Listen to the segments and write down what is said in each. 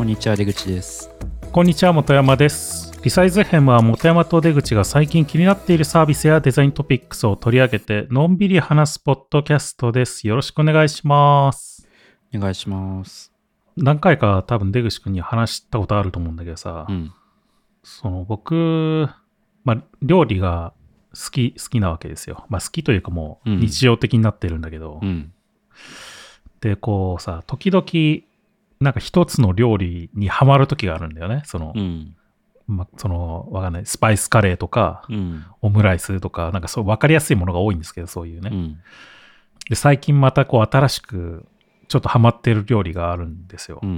こんにちは、出口です。 こんにちは、本山です。リサイズヘムは本山と出口が最近気になっているサービスやデザイントピックスを取り上げてのんびり話すポッドキャストです。よろしくお願いします。 お願いします。 何回か多分出口くんに話したことあると思うんだけどさ、僕、料理が好きなわけですよ。好きというかもう日常的になってるんだけど、で、こうさ、時々なんか一つの料理にハマる時があるんだよね。わかんない。スパイスカレーとか、オムライスとか、なんかそう分かりやすいものが多いんですけど、そういうね。で、最近またこう新しくちょっとハマってる料理があるんですよ。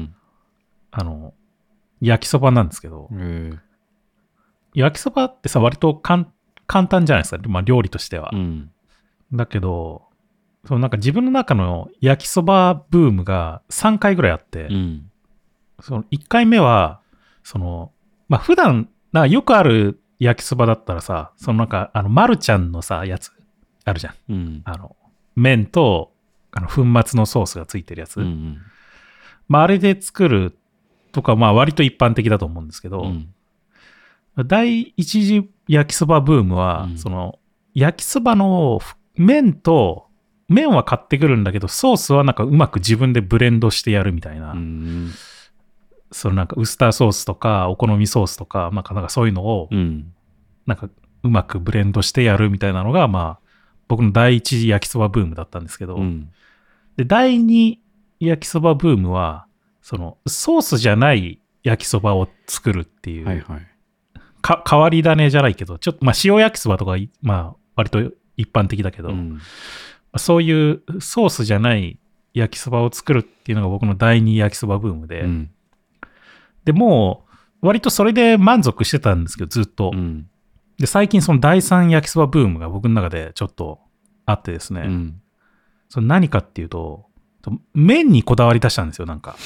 焼きそばなんですけど、焼きそばってさ、割と簡単じゃないですか。料理としては。だけど、なんか自分の中の焼きそばブームが3回ぐらいあって、その1回目は、普段、なんかよくある焼きそばだったらさ、なんか、マルちゃんのさ、やつ、あるじゃん。麺と、粉末のソースがついてるやつ。あれで作るとか、割と一般的だと思うんですけど、第一次焼きそばブームは、焼きそばの麺は買ってくるんだけど、ソースはなんかうまく自分でブレンドしてやるみたいな。なんかウスターソースとかお好みソースとか、なんかそういうのを、なんかうまくブレンドしてやるみたいなのが、僕の第一次焼きそばブームだったんですけど、で、第二焼きそばブームは、ソースじゃない焼きそばを作るっていう、変わり種じゃないけど、ちょっと塩焼きそばとか、割と一般的だけど、そういうソースじゃない焼きそばを作るっていうのが僕の第二焼きそばブームで、で、もう割とそれで満足してたんですけど、ずっと。で、最近その第三焼きそばブームが僕の中でちょっとあってですね、それ何かっていうと、麺にこだわり出したんですよ、なんか。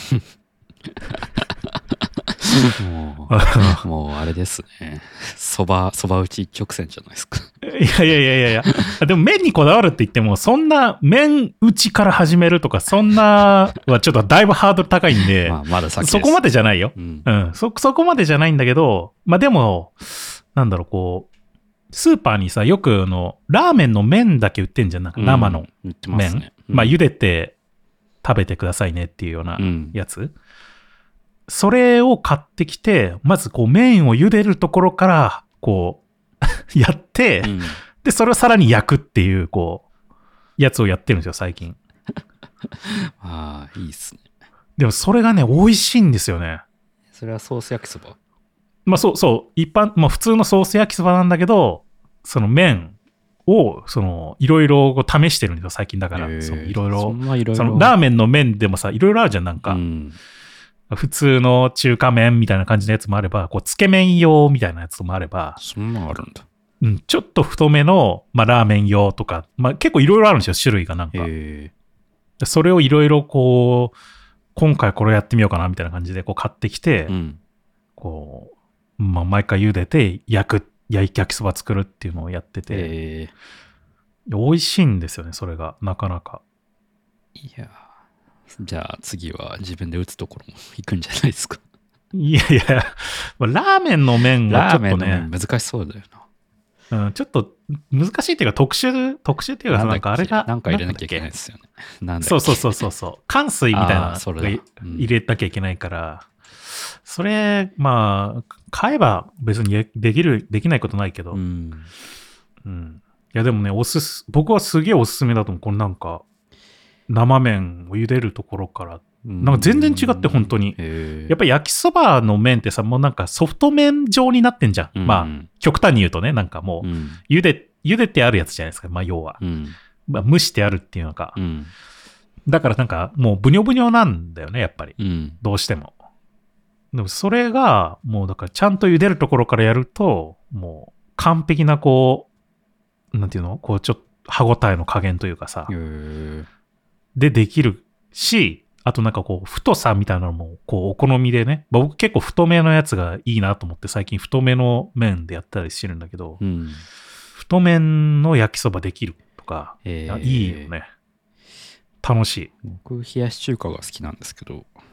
もうあれですね。そば打ち一直線じゃないですか。 いや。でも麺にこだわるって言っても、そんな麺打ちから始めるとか、そんなはちょっとだいぶハードル高いんで、 まだ先です。 そこまでじゃないよ。そこまでじゃないんだけど、でも、なんだろう、こう、スーパーにさ、よくラーメンの麺だけ売ってんじゃん。なんか生の麺。茹でて食べてくださいねっていうようなやつ。それを買ってきて、まずこう麺を茹でるところから、こう、やって、で、それをさらに焼くっていう、こう、やつをやってるんですよ、最近。 いいっすね。 でもそれがね、美味しいんですよね。 それはソース焼きそば？ そう、普通のソース焼きそばなんだけど、その麺を、いろいろ試してるんですよ、最近だから。いろいろ。ラーメンの麺でもさ、いろいろあるじゃん、なんか。普通の中華麺みたいな感じのやつもあれば、こう、つけ麺用みたいなやつもあれば。 そんなのあるんだ。 ちょっと太めの、ラーメン用とか、結構いろいろあるんですよ、種類がなんか。それをいろいろこう、今回これやってみようかなみたいな感じでこう買ってきて、こう、毎回茹でて焼きそば作るっていうのをやってて、美味しいんですよね、それが、なかなか。 いや、じゃあ次は自分で打つところも行くんじゃないですか。 いや、ラーメンの麺はちょっとね、 難しそうだよな。ちょっと難しいっていうか特殊っていうか、なんかあれが。 なんか入れなきゃいけないですよね。 そう。乾水みたいなの入れなきゃいけないから、それ、買えば別にできないことないけど。いや、でもね、僕はすげえおすすめだと思う。このなんか、生麺を茹でるところから、なんか全然違って本当に。やっぱり焼きそばの麺ってさ、もうなんかソフト麺状になってんじゃん。極端に言うとね、なんかもう、茹でてあるやつじゃないですか、要は。蒸してあるっていうのか。だからなんかもうブニョブニョなんだよね、やっぱり。どうしても。でもそれが、もうだからちゃんと茹でるところからやると、もう完璧なこう、なんていうの？こうちょっと歯ごたえの加減というかさ。できるし、あとなんかこう太さみたいなのもこうお好みでね、僕結構太めのやつがいいなと思って最近太めの麺でやったりしてるんだけど、太麺の焼きそばできるとか、いいよね。楽しい。 僕冷やし中華が好きなんですけど、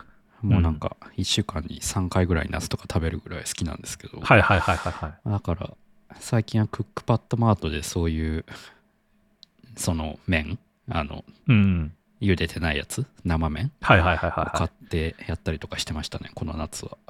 もうなんか1週間に3回ぐらいナスとか食べるぐらい好きなんですけど、 はいはいはいはいはい。 だから最近はクックパッドマートでそういうその麺、茹でてないやつ、生麺を買ってやったりとかしてましたね、この夏は。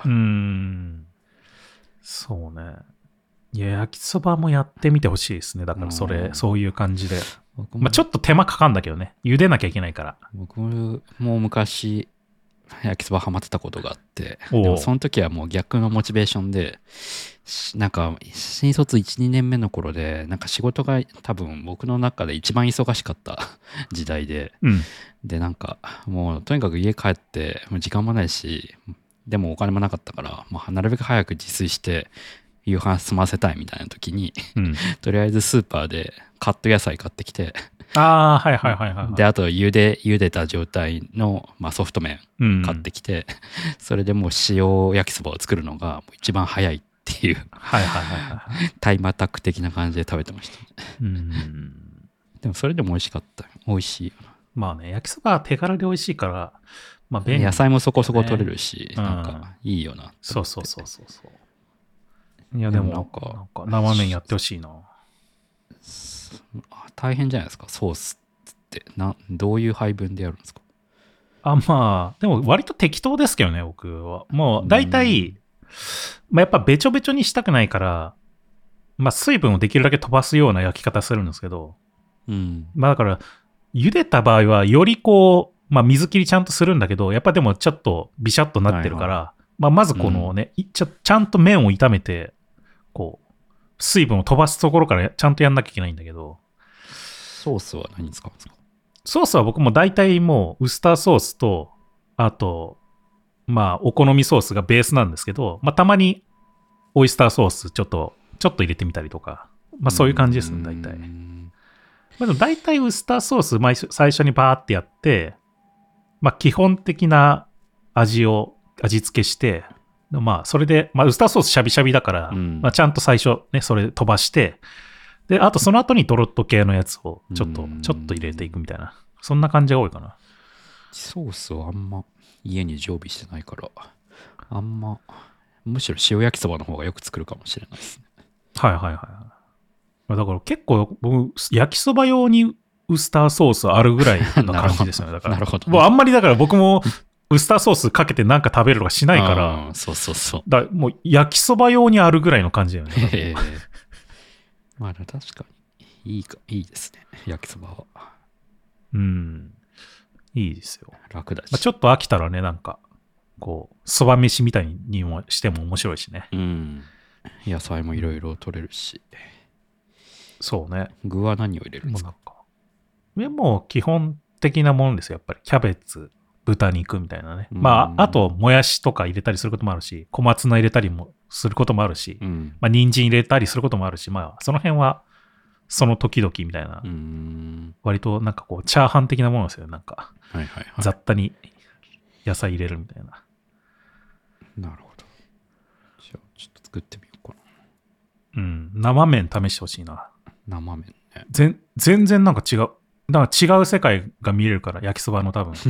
そうね。いや、焼きそばもやってみてほしいですね。だからそういう感じで。まあちょっと手間かかんだけどね。茹でなきゃいけないから。 僕も昔、焼きそばハマってたことがあって、でもその時はもう逆のモチベーションで、なんか新卒1、2年目の頃で、なんか仕事が多分僕の中で一番忙しかった時代で、でなんかもうとにかく家帰ってもう時間もないし、でもお金もなかったから、まあ、なるべく早く自炊して夕飯済ませたいみたいな時に、とりあえずスーパーでカット野菜買ってきて、であと茹でた状態の、まあ、ソフト麺買ってきて、それでもう塩焼きそばを作るのが一番早いっていうタイムアタック的な感じで食べてました、ね、でもそれでも美味しかった。美味しいよな。 まあね、焼きそばは手軽で美味しいから、まあ便利、 ね、野菜もそこそこ取れるし、なんかいいよな。 そう。いやでもなんか生麺やってほしいな。 大変じゃないですか、ソースってどういう配分でやるんですか？ まあでも割と適当ですけどね、僕は。もう大体、まあ、やっぱべちょべちょにしたくないから、まあ水分をできるだけ飛ばすような焼き方するんですけど、まあだから茹でた場合はよりこう、まあ水切りちゃんとするんだけど、やっぱでもちょっとビシャッとなってるから、まあまずこのね、ちゃんと麺を炒めて、こう水分を飛ばすところからちゃんとやんなきゃいけないんだけど。 ソースは何使うんですか？ ソースは僕も大体もうウスターソースと、あとまあお好みソースがベースなんですけど、まあたまにオイスターソースちょっと入れてみたりとか、まあそういう感じですね、大体。まあでも大体ウスターソース最初にバーってやって、まあ基本的な味付けして、まあそれで、まあウスターソースシャビシャビだから、まあちゃんと最初ね、それ飛ばして、で、あとその後にドロッと系のやつをちょっと入れていくみたいな、そんな感じが多いかな。 ソースをあんま家に常備してないから、あんま、むしろ塩焼きそばの方がよく作るかもしれないですね。 だから結構僕、焼きそば用にウスターソースあるぐらいの感じですよね。だから。 なるほど、 もうあんまりだから僕もウスターソースかけてなんか食べるとかしないから。 そう。 だもう焼きそば用にあるぐらいの感じだよね。 まあ確かにいいですね、焼きそばは。 いいですよ。 楽だし。 まあ、ちょっと飽きたらね、なんか、こう、そば飯みたいにもしても面白いしね。 野菜もいろいろ取れるし。 そうね。 具は何を入れるんですか？ もう基本的なものですよ、やっぱり。キャベツ、豚肉みたいなね。まあ、あと、もやしとか入れたりすることもあるし、小松菜入れたりもすることもあるし、まあ、人参入れたりすることもあるし、まあ、その辺は、その時々みたいな、割となんかこう、チャーハン的なものですよ、なんか。雑多に野菜入れるみたいな。 なるほど。じゃあ、ちょっと作ってみようかな。生麺試してほしいな。 生麺ね。 全然なんか違う。だから違う世界が見れるから、焼きそばの多分。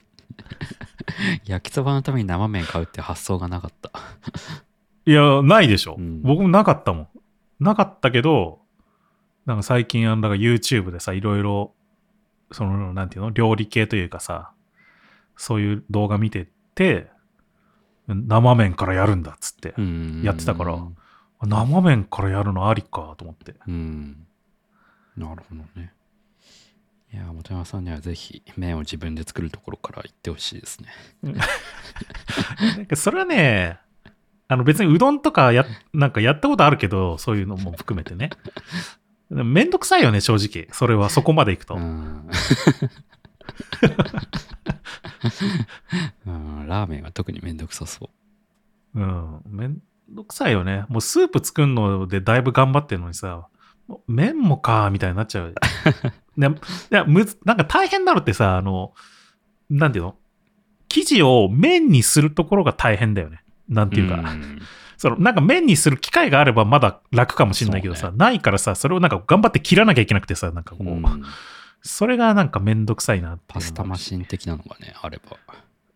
焼きそばのために生麺買うって発想がなかった。 いや、ないでしょ。僕もなかったもん。なかったけど、なんか最近だから YouTube でさ、いろいろ、その、なんていうの、料理系というかさ、そういう動画見てて、生麺からやるんだっつってやってたから、生麺からやるのありかと思って。 なるほどね。いや、本山さんにはぜひ麺を自分で作るところから行ってほしいですね。 なんかそれはね、別にうどんとかなんかやったことあるけど、そういうのも含めてね。めんどくさいよね、正直。それはそこまで行くと。ラーメンは特にめんどくさそう。 めんどくさいよね。もうスープ作るのでだいぶ頑張ってるのにさ、麺もかみたいになっちゃう。なんか大変なのってさ、なんていうの？生地を麺にするところが大変だよね。なんていうか。なんか麺にする機会があればまだ楽かもしれないけどさ、ないからさ、それをなんか頑張って切らなきゃいけなくてさ、なんかこう、それがなんかめんどくさいなっていう。 パスタマシン的なのがね、あれば。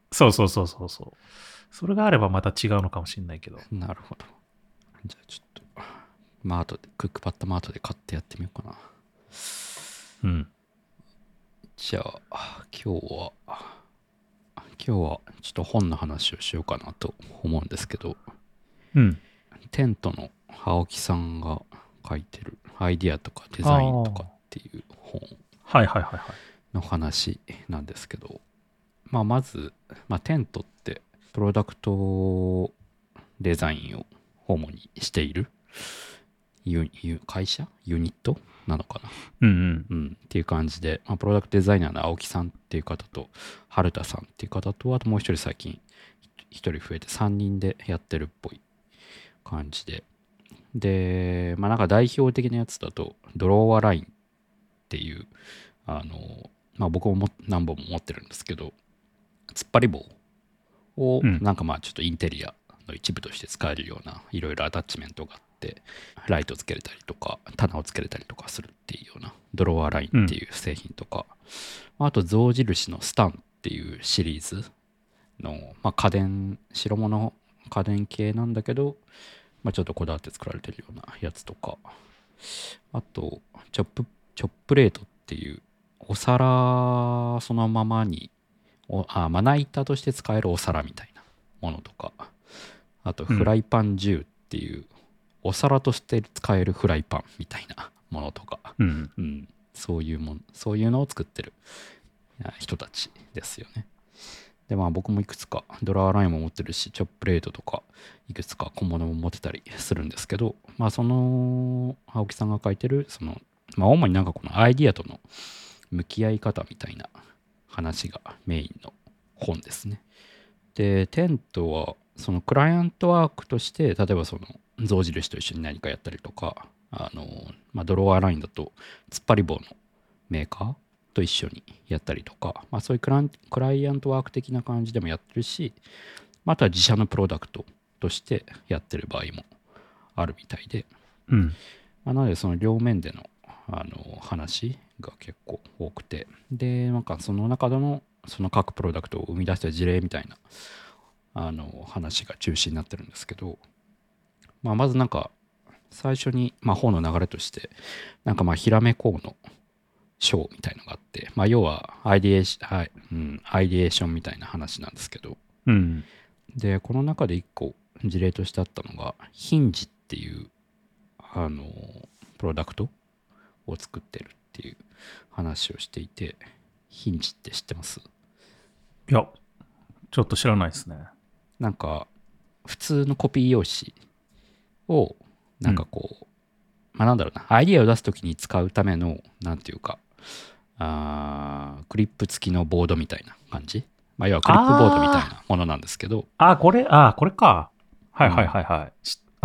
そうそうそうそうそう。それがあればまた違うのかもしれないけど。 なるほど。じゃあちょっと、マートで、クックパッドマートで買ってやってみようかな。 うん。 じゃあ、今日はちょっと本の話をしようかなと思うんですけど、 うん。 テントの青木さんが書いてるアイディアとかデザインとかっていう本はいはいはいはい。 の話なんですけど、まず、テントってプロダクトデザインを主にしている会社ユニットなのかな、っていう感じで、プロダクトデザイナーの青木さんっていう方と春田さんっていう方と、あともう一人最近一人増えて3人でやってるっぽい感じで、なんか代表的なやつだとドローアラインっていう僕も何本も持ってるんですけど、突っ張り棒をなんかちょっとインテリアの一部として使えるようないろいろアタッチメントがあって、ライトつけれたりとか棚をつけれたりとかするっていうようなドロワーラインっていう製品とか、あと象印のスタンっていうシリーズの、家電白物家電系なんだけど、ちょっとこだわって作られてるようなやつとか、あとチョップレートっていうお皿そのままにまな板として使えるお皿みたいなものとか、あとフライパン10っていうお皿として使えるフライパンみたいなものとか、そういうのを作ってる人たちですよね。で僕もいくつかドラーラインも持ってるし、チョップレートとかいくつか小物も持ってたりするんですけど、その青木さんが書いてる主になんかこのアイディアとの向き合い方みたいな話がメインの本ですね。でテントはそのクライアントワークとして、例えばその象印と一緒に何かやったりとか、ドロワーラインだと突っ張り棒のメーカーと一緒にやったりとか、そういうクライアントワーク的な感じでもやってるし、あとは自社のプロダクトとしてやってる場合もあるみたいで、なのでその両面での話が結構多くて、でなんかその中でのその各プロダクトを生み出した事例みたいな話が中心になってるんですけど、まずなんか最初に本の流れとしてなんかひらめこうの章みたいのがあって、要はアイディエーションみたいな話なんですけど、でこの中で一個事例としてあったのがヒンジっていうプロダクトを作ってるっていう話をしていて、ヒンジって知ってます？ いや、ちょっと知らないですね。 なんか普通のコピー用紙をなんかこう、なんだろうな、アイディアを出すときに使うためのなんていうかクリップ付きのボードみたいな感じ、要はクリップボードみたいなものなんですけど、 これか。はいはいはいはい。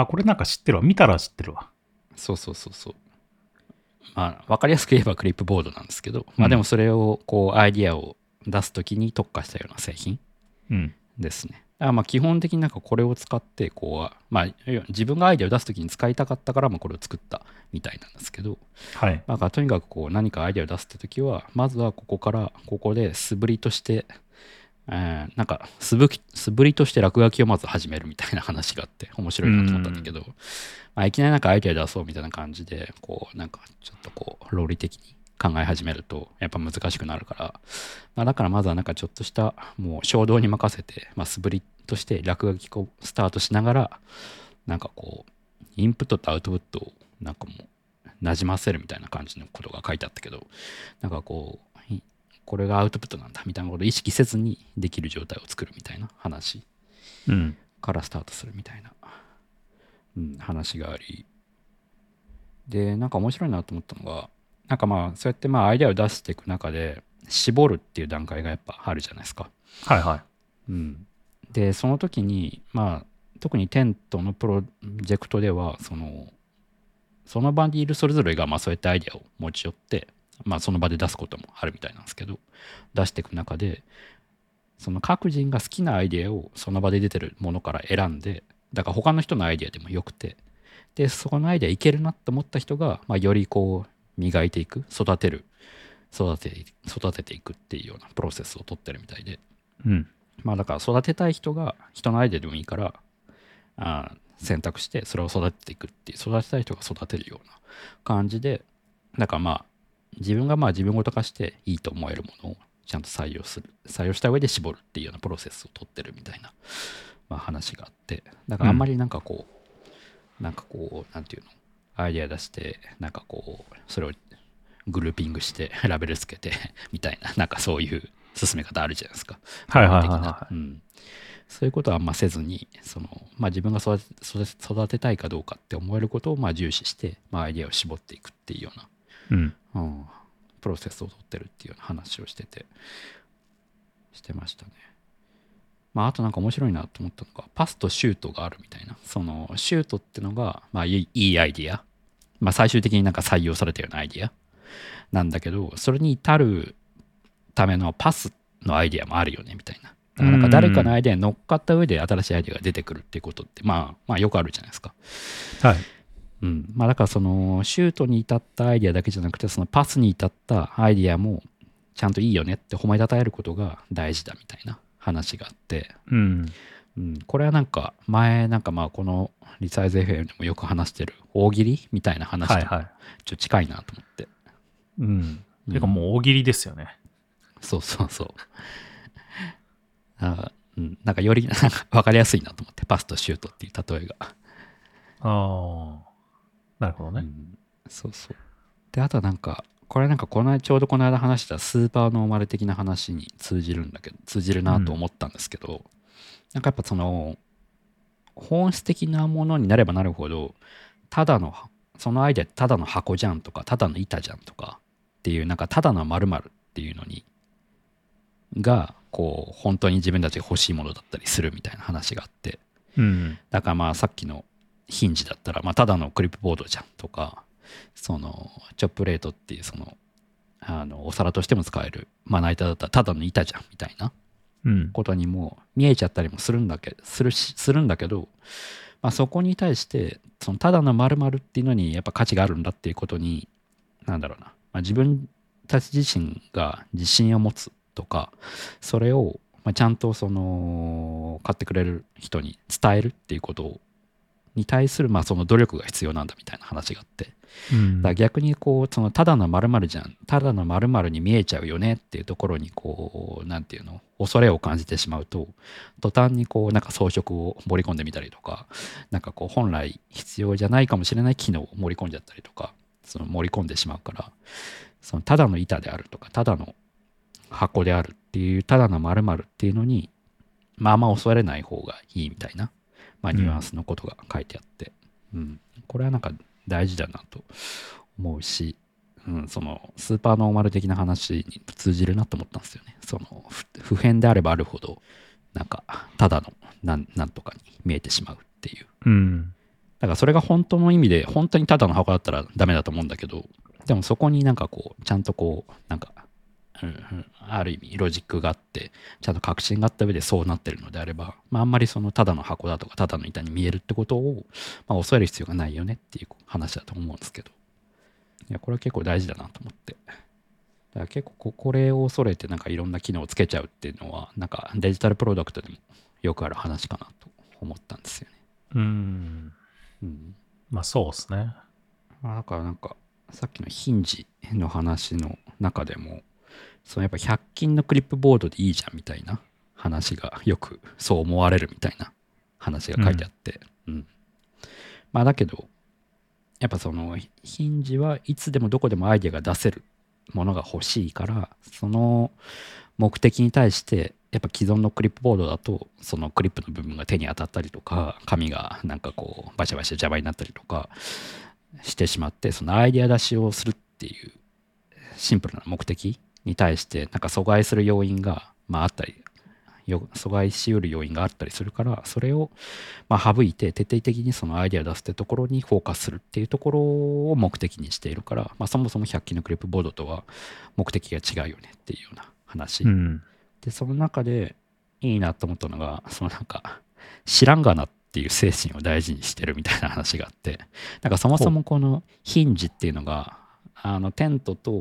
これなんか知ってるわ。見たら知ってるわ。 そう分かりやすく言えばクリップボードなんですけど、でもそれをこうアイディアを出すときに特化したような製品ですね。基本的になんかこれを使ってこう、自分がアイデアを出すときに使いたかったからこれを作ったみたいなんですけど、とにかくこう何かアイデアを出すってときは、まずはここからここで素振りとして、なんか素振りとして落書きをまず始めるみたいな話があって面白いなと思ったんだけど、いきなりなんかアイデア出そうみたいな感じでこうなんかちょっとこう論理的に考え始めるとやっぱ難しくなるから、だからまずはなんかちょっとしたもう衝動に任せて、素振りとして落書きをスタートしながら、なんかこうインプットとアウトプットをなんかもうなじませるみたいな感じのことが書いてあったけど、なんかこうこれがアウトプットなんだみたいなことを意識せずにできる状態を作るみたいな話からスタートするみたいな、話があり、でなんか面白いなと思ったのが、なんかそうやってアイデアを出していく中で絞るっていう段階がやっぱあるじゃないですか。でその時に特にテントのプロジェクトではその場にいるそれぞれがそうやってアイデアを持ち寄ってその場で出すこともあるみたいなんですけど、出していく中でその各人が好きなアイデアをその場で出てるものから選んで、だから他の人のアイデアでもよくて、でそこのアイデアいけるなと思った人が、よりこう磨いていく、育てていくっていうようなプロセスを取ってるみたいで、 まあだから育てたい人が人のアイデアでもいいから選択してそれを育てていくっていう、育てたい人が育てるような感じで、だからまあ自分がまあ自分ごと化していいと思えるものをちゃんと採用した上で絞るっていうようなプロセスを取ってるみたいな、まあ、話があって、だからあんまりなんかこう、なんていうの、アイデア出してなんかこうそれをグルーピングしてラベルつけてみたいな、なんかそういう進め方あるじゃないですか。 はいはいはいはい。 そういうことはあんませずに、まあ、自分が育てたいかどうかって思えることをまあ重視して、まあ、アイデアを絞っていくっていうような、プロセスを取ってるっていうような話をしてましたね。まあ、あとなんか面白いなと思ったのが、パスとシュートがあるみたいな。そのシュートってのが、まあ、いいアイディア。まあ、最終的になんか採用されたようなアイディアなんだけど、それに至るためのパスのアイディアもあるよねみたいな。だからなんか誰かのアイデアに乗っかった上で新しいアイデアが出てくるっていうことって、まあよくあるじゃないですか。 はい。 まあだからそのシュートに至ったアイデアだけじゃなくて、そのパスに至ったアイデアもちゃんといいよねって褒めたたえることが大事だみたいな話があって、これはなんか前なんかまあこのリサイズ FM でもよく話してる大喜利みたいな話とちょっと近いなと思って。 てかもう大喜利ですよね。 そうそうそう。なんかよりなんか分かりやすいなと思って、パスとシュートっていう例えが。 なるほどね。 そうそう。で、あとはなんか、これなんかちょうどこの間話したスーパーノーマル的な話に通じるなと思ったんですけど、なんかやっぱその、本質的なものになればなるほど、そのアイデアただの箱じゃんとか、ただの板じゃんとかっていう、なんかただの〇〇っていうのが、こう、本当に自分たちが欲しいものだったりするみたいな話があって、だからまあさっきのヒンジだったら、まあただのクリップボードじゃんとか、そのチョップレートっていうお皿としても使えるまな板だったらただの板じゃんみたいなことにも見えちゃったりもするんだけど、まあ、そこに対してそのただの〇〇っていうのにやっぱ価値があるんだっていうことになんだろうな、まあ、自分たち自身が自信を持つとか、それをちゃんとその買ってくれる人に伝えるっていうことに対するまあその努力が必要なんだみたいな話があって、だから逆にこうそのただの〇〇じゃん、ただの〇〇に見えちゃうよねっていうところにこうなんていうの、恐れを感じてしまうと、途端にこうなんか装飾を盛り込んでみたりとか、なんかこう本来必要じゃないかもしれない機能を盛り込んじゃったりとか、その盛り込んでしまうから、そのただの板であるとかただの箱であるっていうただの〇〇っていうのにまあ恐れない方がいいみたいな、まあ、ニュアンスのことが書いてあって、これはなんか大事だなと思うし、そのスーパーノーマル的な話に通じるなと思ったんですよね。その普遍であればあるほどなんかただのなんとかに見えてしまうっていう、だからそれが本当の意味で本当にただの箱だったらダメだと思うんだけど、でもそこになんかこうちゃんとこうなんかある意味ロジックがあってちゃんと確信があった上でそうなってるのであれば、まあ、あんまりそのただの箱だとかただの板に見えるってことを、まあ、恐れる必要がないよねっていう話だと思うんですけど、いやこれは結構大事だなと思って、だから結構これを恐れてなんかいろんな機能をつけちゃうっていうのはなんかデジタルプロダクトでもよくある話かなと思ったんですよね。 まあそうですね。 まあだからなんかさっきのヒンジの話の中でもそのやっぱ100均のクリップボードでいいじゃんみたいな話がよくそう思われるみたいな話が書いてあって、まあだけどやっぱそのヒンジはいつでもどこでもアイデアが出せるものが欲しいから、その目的に対してやっぱ既存のクリップボードだとそのクリップの部分が手に当たったりとか紙がなんかこうバシャバシャ邪魔になったりとかしてしまって、そのアイデア出しをするっていうシンプルな目的に対してなんか阻害する要因がまああったり、阻害しうる要因があったりするから、それをまあ省いて徹底的にそのアイデアを出すってところにフォーカスするっていうところを目的にしているから、まあ、そもそも100均のクリップボードとは目的が違うよねっていうような話、でその中でいいなと思ったのが、そのなんか知らんがなっていう精神を大事にしてるみたいな話があって、なんかそもそもこのヒンジっていうのがテントと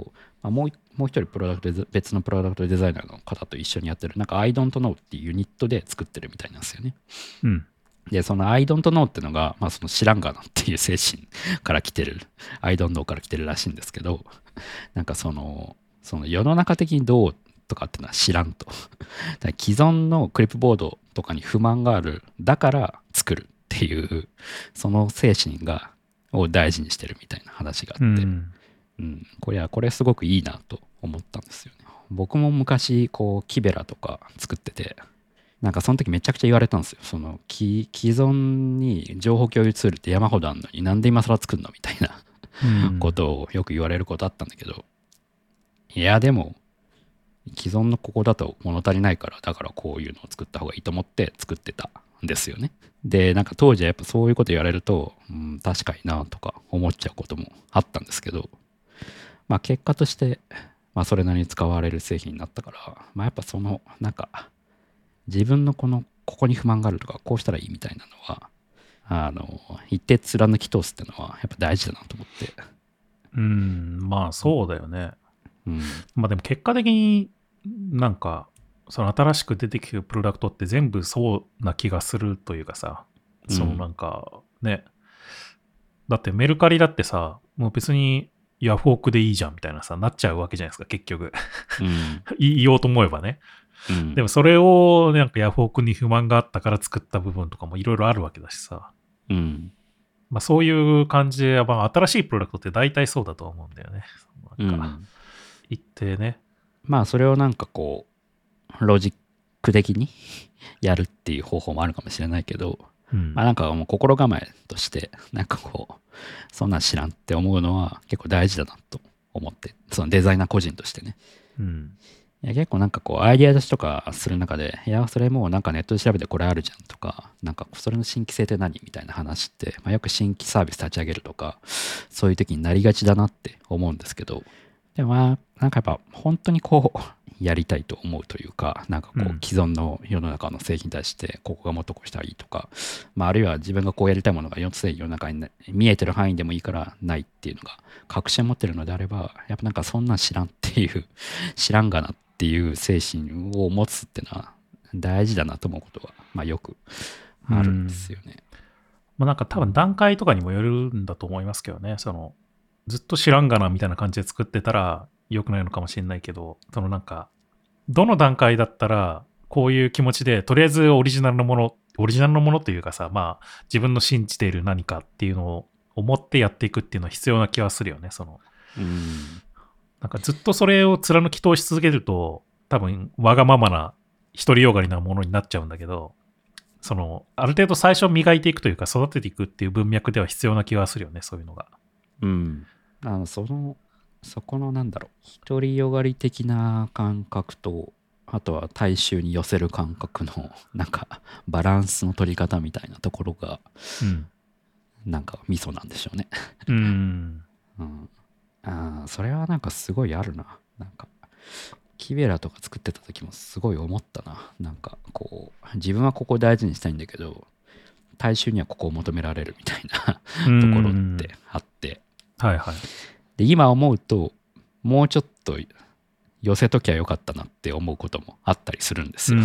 もう一人別のプロダクトデザイナーの方と一緒にやってる、なんか I don't know っていうユニットで作ってるみたいなんですよね。 うん。 で、その I don't know ってのが、その知らんがなっていう精神から来てる、I don't know から来てるらしいんですけど、なんかその世の中的にどうとかっていうのは知らんと。既存のクリップボードとかに不満がある、だから作るっていう、その精神を大事にしてるみたいな話があって、これすごくいいなと思ったんですよね。僕も昔、キベラとか作ってて、なんかその時めちゃくちゃ言われたんですよ。その既存に情報共有ツールって山ほどあるのになんで今更作るのみたいなことをよく言われることあったんだけど、いやでも既存のここだと物足りないから、だからこういうのを作った方がいいと思って作ってたんですよね。で、なんか当時はやっぱそういうこと言われると、確かになとか思っちゃうこともあったんですけど、結果として、それなりに使われる製品になったから、やっぱなんか自分のここに不満があるとか、こうしたらいいみたいなのは、一定貫き通すっていうのはやっぱ大事だなと思って。 そうだよね。でも結果的になんか、その新しく出てきるプロダクトって全部そうな気がするというかさ、そのなんかね、だってメルカリだってさ、もう別にヤフオクでいいじゃんみたいなさ、なっちゃうわけじゃないですか、結局。言おうと思えばね。でもそれをなんかヤフオクに不満があったから作った部分とかもいろいろあるわけだしさ。そういう感じで、新しいプロダクトって大体そうだと思うんだよね。なんか言ってね。 それをなんかロジック的にやるっていう方法もあるかもしれないけど、なんかもう心構えとして、なんかそんなん知らんって思うのは結構大事だなと思って、そのデザイナー個人としてね。いや結構なんかアイデア出しとかする中で、いや、それもうなんかネットで調べてこれあるじゃんとか、なんかそれの新規性って何みたいな話って、よく新規サービス立ち上げるとか、そういう時になりがちだなって思うんですけど、でもなんかやっぱ本当にやりたいと思うというか、なんか既存の世の中の製品に対してここがもっとこうしたらいいとか、あるいは自分がやりたいものが4つ世の中に見えてる範囲でもいいからないっていうのが確信を持ってるのであれば、やっぱなんかそんなん知らんっていう知らんがなっていう精神を持つっていうのは大事だなと思うことはよくあるんですよね。 なんか多分段階とかにもよるんだと思いますけどね。ずっと知らんがなみたいな感じで作ってたら良くないのかもしれないけど、なんかどの段階だったらこういう気持ちで、とりあえずオリジナルのものというかさ、自分の信じている何かっていうのを思ってやっていくっていうのは必要な気はするよね。なんかずっとそれを貫き通し続けると、多分わがままな独りよがりなものになっちゃうんだけど、ある程度最初磨いていくというか育てていくっていう文脈では必要な気はするよね、そういうのが。 そこの独りよがり的な感覚と、あとは大衆に寄せる感覚のなんかバランスの取り方みたいなところが、なんかミソなんでしょうね。それはなんかすごいあるな。なんかキベラとか作ってた時もすごい思ったな。なんか自分はここを大事にしたいんだけど、大衆にはここを求められるみたいなところってあって、で今思うともうちょっと寄せときゃよかったなって思うこともあったりするんですよ。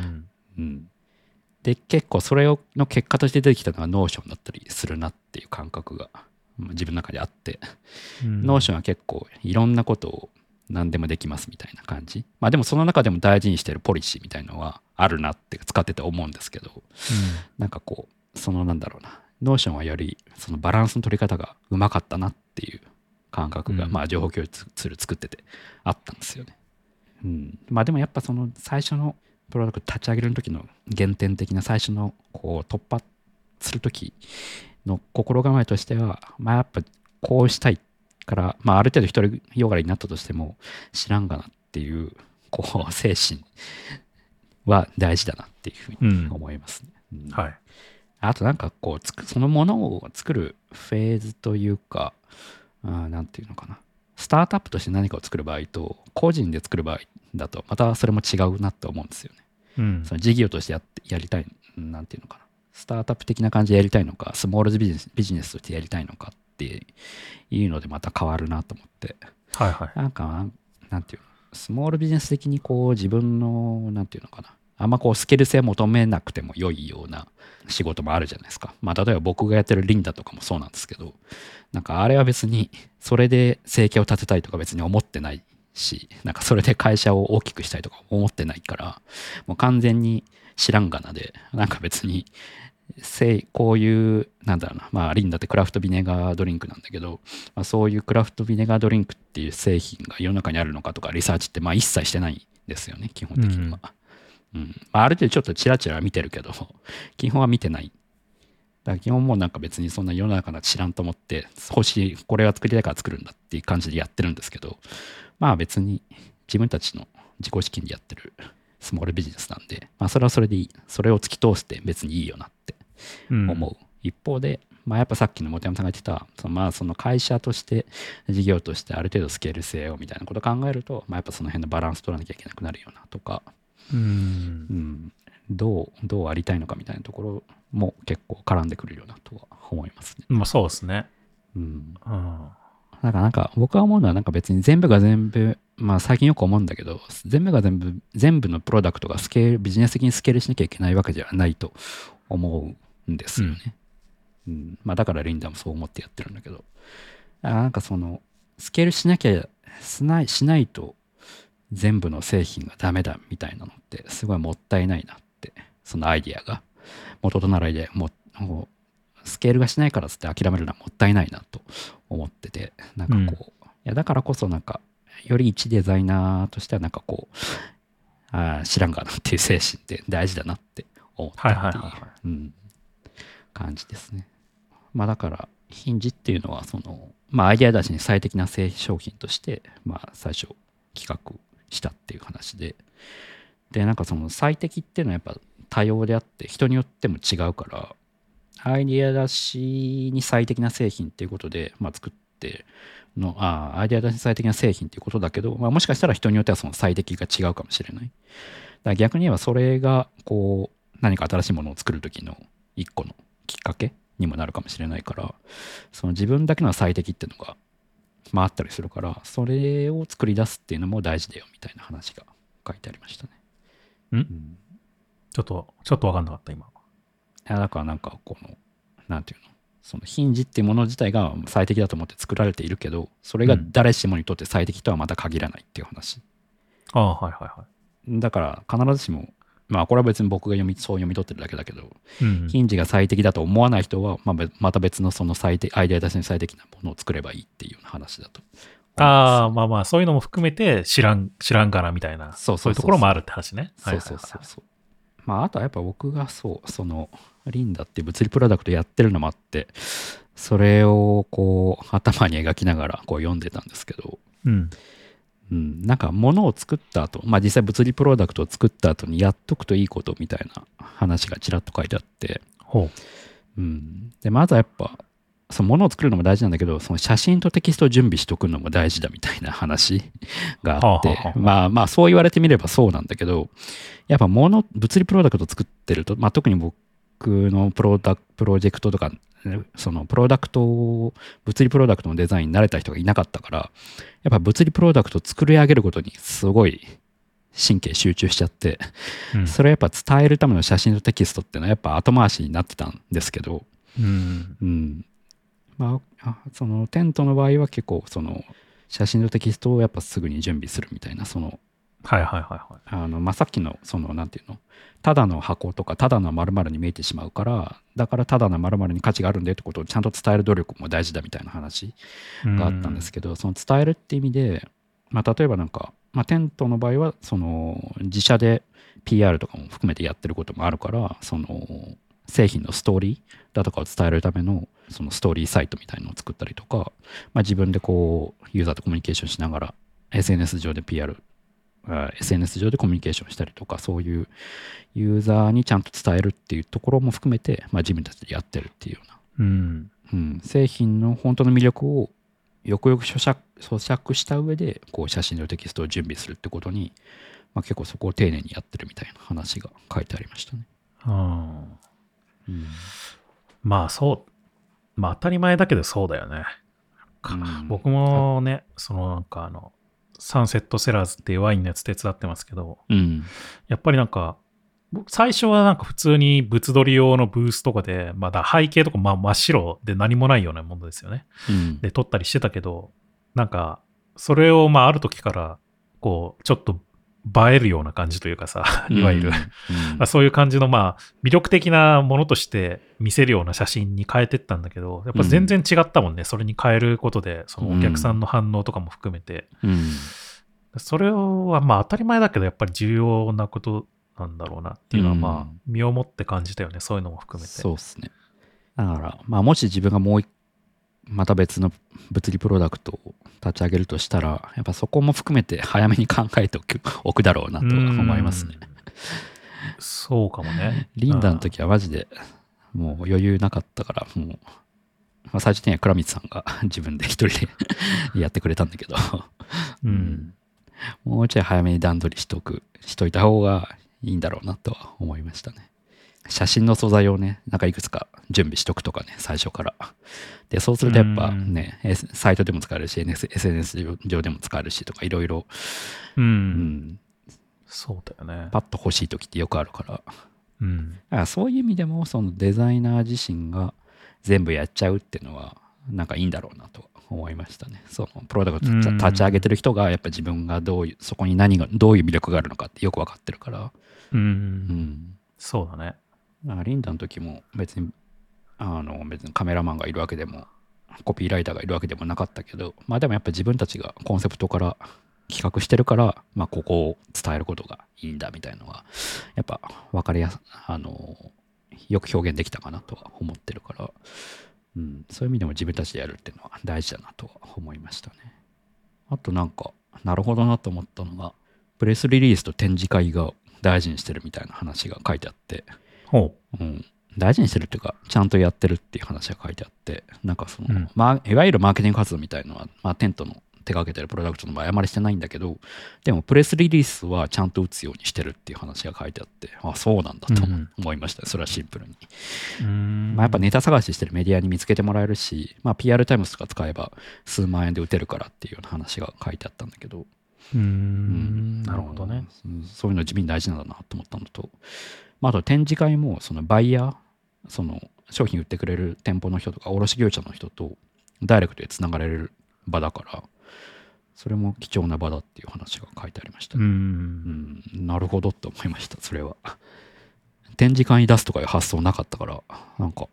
で結構それの結果として出てきたのがノーションだったりするなっていう感覚が自分の中であって、ノーションは結構いろんなことを何でもできますみたいな感じ。でもその中でも大事にしてるポリシーみたいのはあるなって使ってて思うんですけど、なんかノーションはよりそのバランスの取り方がうまかったなっていう感覚が、情報共有ツール作っててあったんですよね。でもやっぱその最初のプロダクト立ち上げる時の原点的な最初の突破する時の心構えとしては、やっぱこうしたいから、ある程度独りよがりになったとしても知らんがなっていう精神は大事だなっていうふうに思いますね。あとなんかそのものを作るフェーズというか、なんていうのかな、スタートアップとして何かを作る場合と個人で作る場合だとまたそれも違うなって思うんですよね。その事業としてやりたい、なんていうのかな、スタートアップ的な感じでやりたいのか、スモールビジネスとしてやりたいのかっていうのでまた変わるなと思って、 はいはい。 なんか、なんていうの、スモールビジネス的にこう自分の、なんていうのかな、あんまこうスキル性求めなくても良いような仕事もあるじゃないですか。まあ、例えば僕がやってるリンダとかもそうなんですけど、なんかあれは別にそれで生計を立てたいとか別に思ってないし、なんかそれで会社を大きくしたいとか思ってないから、もう完全に知らんがなで、なんか別にこういう、なんだろうな、まあ、リンダってクラフトビネガードリンクなんだけど、まあ、そういうクラフトビネガードリンクっていう製品が世の中にあるのかとか、リサーチってまあ一切してないんですよね、基本的には。まあ、ある程度ちょっとチラチラ見てるけど、基本は見てない。だから基本もうなんか別にそんな世の中の知らんと思って、これは作りたいから作るんだっていう感じでやってるんですけど、まあ別に自分たちの自己資金でやってるスモールビジネスなんで、まあそれはそれでいい。それを突き通して別にいいよなって思う。一方で、まあやっぱさっきの本山さんが言ってた、まあその会社として、事業としてある程度スケール性をみたいなことを考えると、まあやっぱその辺のバランス取らなきゃいけなくなるよなとか、どうありたいのかみたいなところも結構絡んでくるようなとは思いますね。 まあそうですね。 だからなんか僕が思うのはなんか別に全部が全部、まあ最近よく思うんだけど、全部のプロダクトがビジネス的にスケールしなきゃいけないわけではないと思うんですよね。まあだからリンダもそう思ってやってるんだけど、なんかそのスケールしないと全部の製品がダメだみたいなのってすごいもったいないなって、そのアイディアが元となるアイディアもスケールがしないからつって諦めるのはもったいないなと思ってて、なんかこう、いやだからこそなんかより一デザイナーとしてはなんかこう知らんがなっていう精神って大事だなって思ったっていう感じですね。まあだからヒンジっていうのはそのまあアイデア出しに最適な製商品としてまあ最初企画したっていう話で、なんかその最適っていうのはやっぱ多様であって人によっても違うから、アイデア出しに最適な製品っていうことで、まあ、作ってアイデア出しに最適な製品っていうことだけど、まあ、もしかしたら人によってはその最適が違うかもしれない。だから逆に言えばそれがこう何か新しいものを作る時の一個のきっかけにもなるかもしれないから、その自分だけの最適っていうのがまああったりするから、それを作り出すっていうのも大事だよみたいな話が書いてありましたね。 ちょっと分かんなかった今。 だからなんかこのなんていうの、そのヒンジっていうもの自体が最適だと思って作られているけど、それが誰しもにとって最適とはまた限らないっていう話。だから必ずしもまあこれは別に僕がそう読み取ってるだけだけど、ヒンジが最適だと思わない人は、また別のそのアイデア出しに最適なものを作ればいいっていう話だと。 まあそういうのも含めて知らんからみたいな、そういうところもあるって話ね。 そう。まああとはやっぱ僕がそのリンダっていう物理プロダクトやってるのもあって、それをこう頭に描きながらこう読んでたんですけど、なんか物を作った後、まあ実際物理プロダクトを作った後にやっとくといいことみたいな話がちらっと書いてあって、でまずはやっぱその物を作るのも大事なんだけど、その写真とテキストを準備しとくのも大事だみたいな話があって、まあそう言われてみればそうなんだけど、やっぱ物理プロダクトを作ってると、まあ特に僕のプロジェクトとか、その物理プロダクトのデザインに慣れた人がいなかったから、やっぱ物理プロダクトを作り上げることにすごい神経集中しちゃって、それをやっぱ伝えるための写真とテキストっていうのはやっぱ後回しになってたんですけど、まあそのテントの場合は結構その写真とテキストをやっぱすぐに準備するみたいな、そのまあさっきのそのなんていうの、ただの箱とかただの〇〇に見えてしまうから、だからただの〇〇に価値があるんだよってことをちゃんと伝える努力も大事だみたいな話があったんですけど、その伝えるって意味で、まあ例えばなんか、まあテントの場合はその自社で PR とかも含めてやってることもあるから、その製品のストーリーだとかを伝えるためのそのストーリーサイトみたいなのを作ったりとか、まあ自分でこうユーザーとコミュニケーションしながら SNS 上で SNS 上でコミュニケーションしたりとか、そういうユーザーにちゃんと伝えるっていうところも含めて、まあ、自分たちでやってるっていうような、製品の本当の魅力をよくよく咀嚼した上でこう写真とテキストを準備するってことに、まあ、結構そこを丁寧にやってるみたいな話が書いてありましたね。 まあそう、まあ当たり前だけどそうだよね。 か。僕もね、なんかサンセットセラーズっていうワインのやつ手伝ってますけど、やっぱりなんか、最初はなんか普通に物撮り用のブースとかで、まだ背景とか真っ白で何もないようなものですよね。で、撮ったりしてたけど、なんか、それをある時から、こう、ちょっと映えるような感じというかさ、いわゆる、そういう感じの魅力的なものとして見せるような写真に変えてったんだけど、やっぱ全然違ったもんね。それに変えることで、そのお客さんの反応とかも含めて。それは当たり前だけど、やっぱり重要なことなんだろうなっていうのは身をもって感じたよね。そういうのも含めて。 そうですね。だからもし自分がまた別の物理プロダクトを立ち上げるとしたら、やっぱそこも含めて早めに考えておくだろうなと思いますね。 そうかもね。 リンダの時はマジでもう余裕なかったから、もう、最終的には倉光さんが自分で一人でやってくれたんだけど、もうちょい早めに段取りしといた方がいいんだろうなとは思いましたね。写真の素材をね、なんかいくつか準備しとくとかね、最初から。で、そうするとやっぱね、サイトでも使えるし、SNS 上でも使えるしとか、いろいろ、 そうだよね。 パッと欲しい時ってよくあるから。だからそういう意味でも、そのデザイナー自身が全部やっちゃうっていうのは、なんかいいんだろうなと思いましたね。そのプロダクト立ち上げてる人が、やっぱ自分がそこにどういう魅力があるのかってよく分かってるから。 そうだね。 リンダの時も別にカメラマンがいるわけでもコピーライターがいるわけでもなかったけど、でもやっぱ自分たちがコンセプトから企画してるから、ここを伝えることがいいんだみたいなのはやっぱ分かりやすよく表現できたかなとは思ってるから、そういう意味でも自分たちでやるっていうのは大事だなとは思いましたね。あとなんかなるほどなと思ったのが、プレスリリースと展示会が大事にしてるみたいな話が書いてあって、大事にしてるっていうかちゃんとやってるっていう話が書いてあって、なんかその、いわゆるマーケティング活動みたいなのは、テントの手掛けてるプロダクトの場合あまりしてないんだけど、でもプレスリリースはちゃんと打つようにしてるっていう話が書いてあって、そうなんだと思いましたね。それはシンプルに。やっぱネタ探ししてるメディアに見つけてもらえるし、PR タイムズとか使えば数万円で打てるからっていうような話が書いてあったんだけど、 なるほどね。 そういうの地味に大事なんだなと思ったのと、あと展示会もそのバイヤー、その商品売ってくれる店舗の人とか卸業者の人とダイレクトでつながれる場だから、それも貴重な場だっていう話が書いてありましたね。なるほどって思いました。それは展示会に出すとかいう発想なかったから、なんか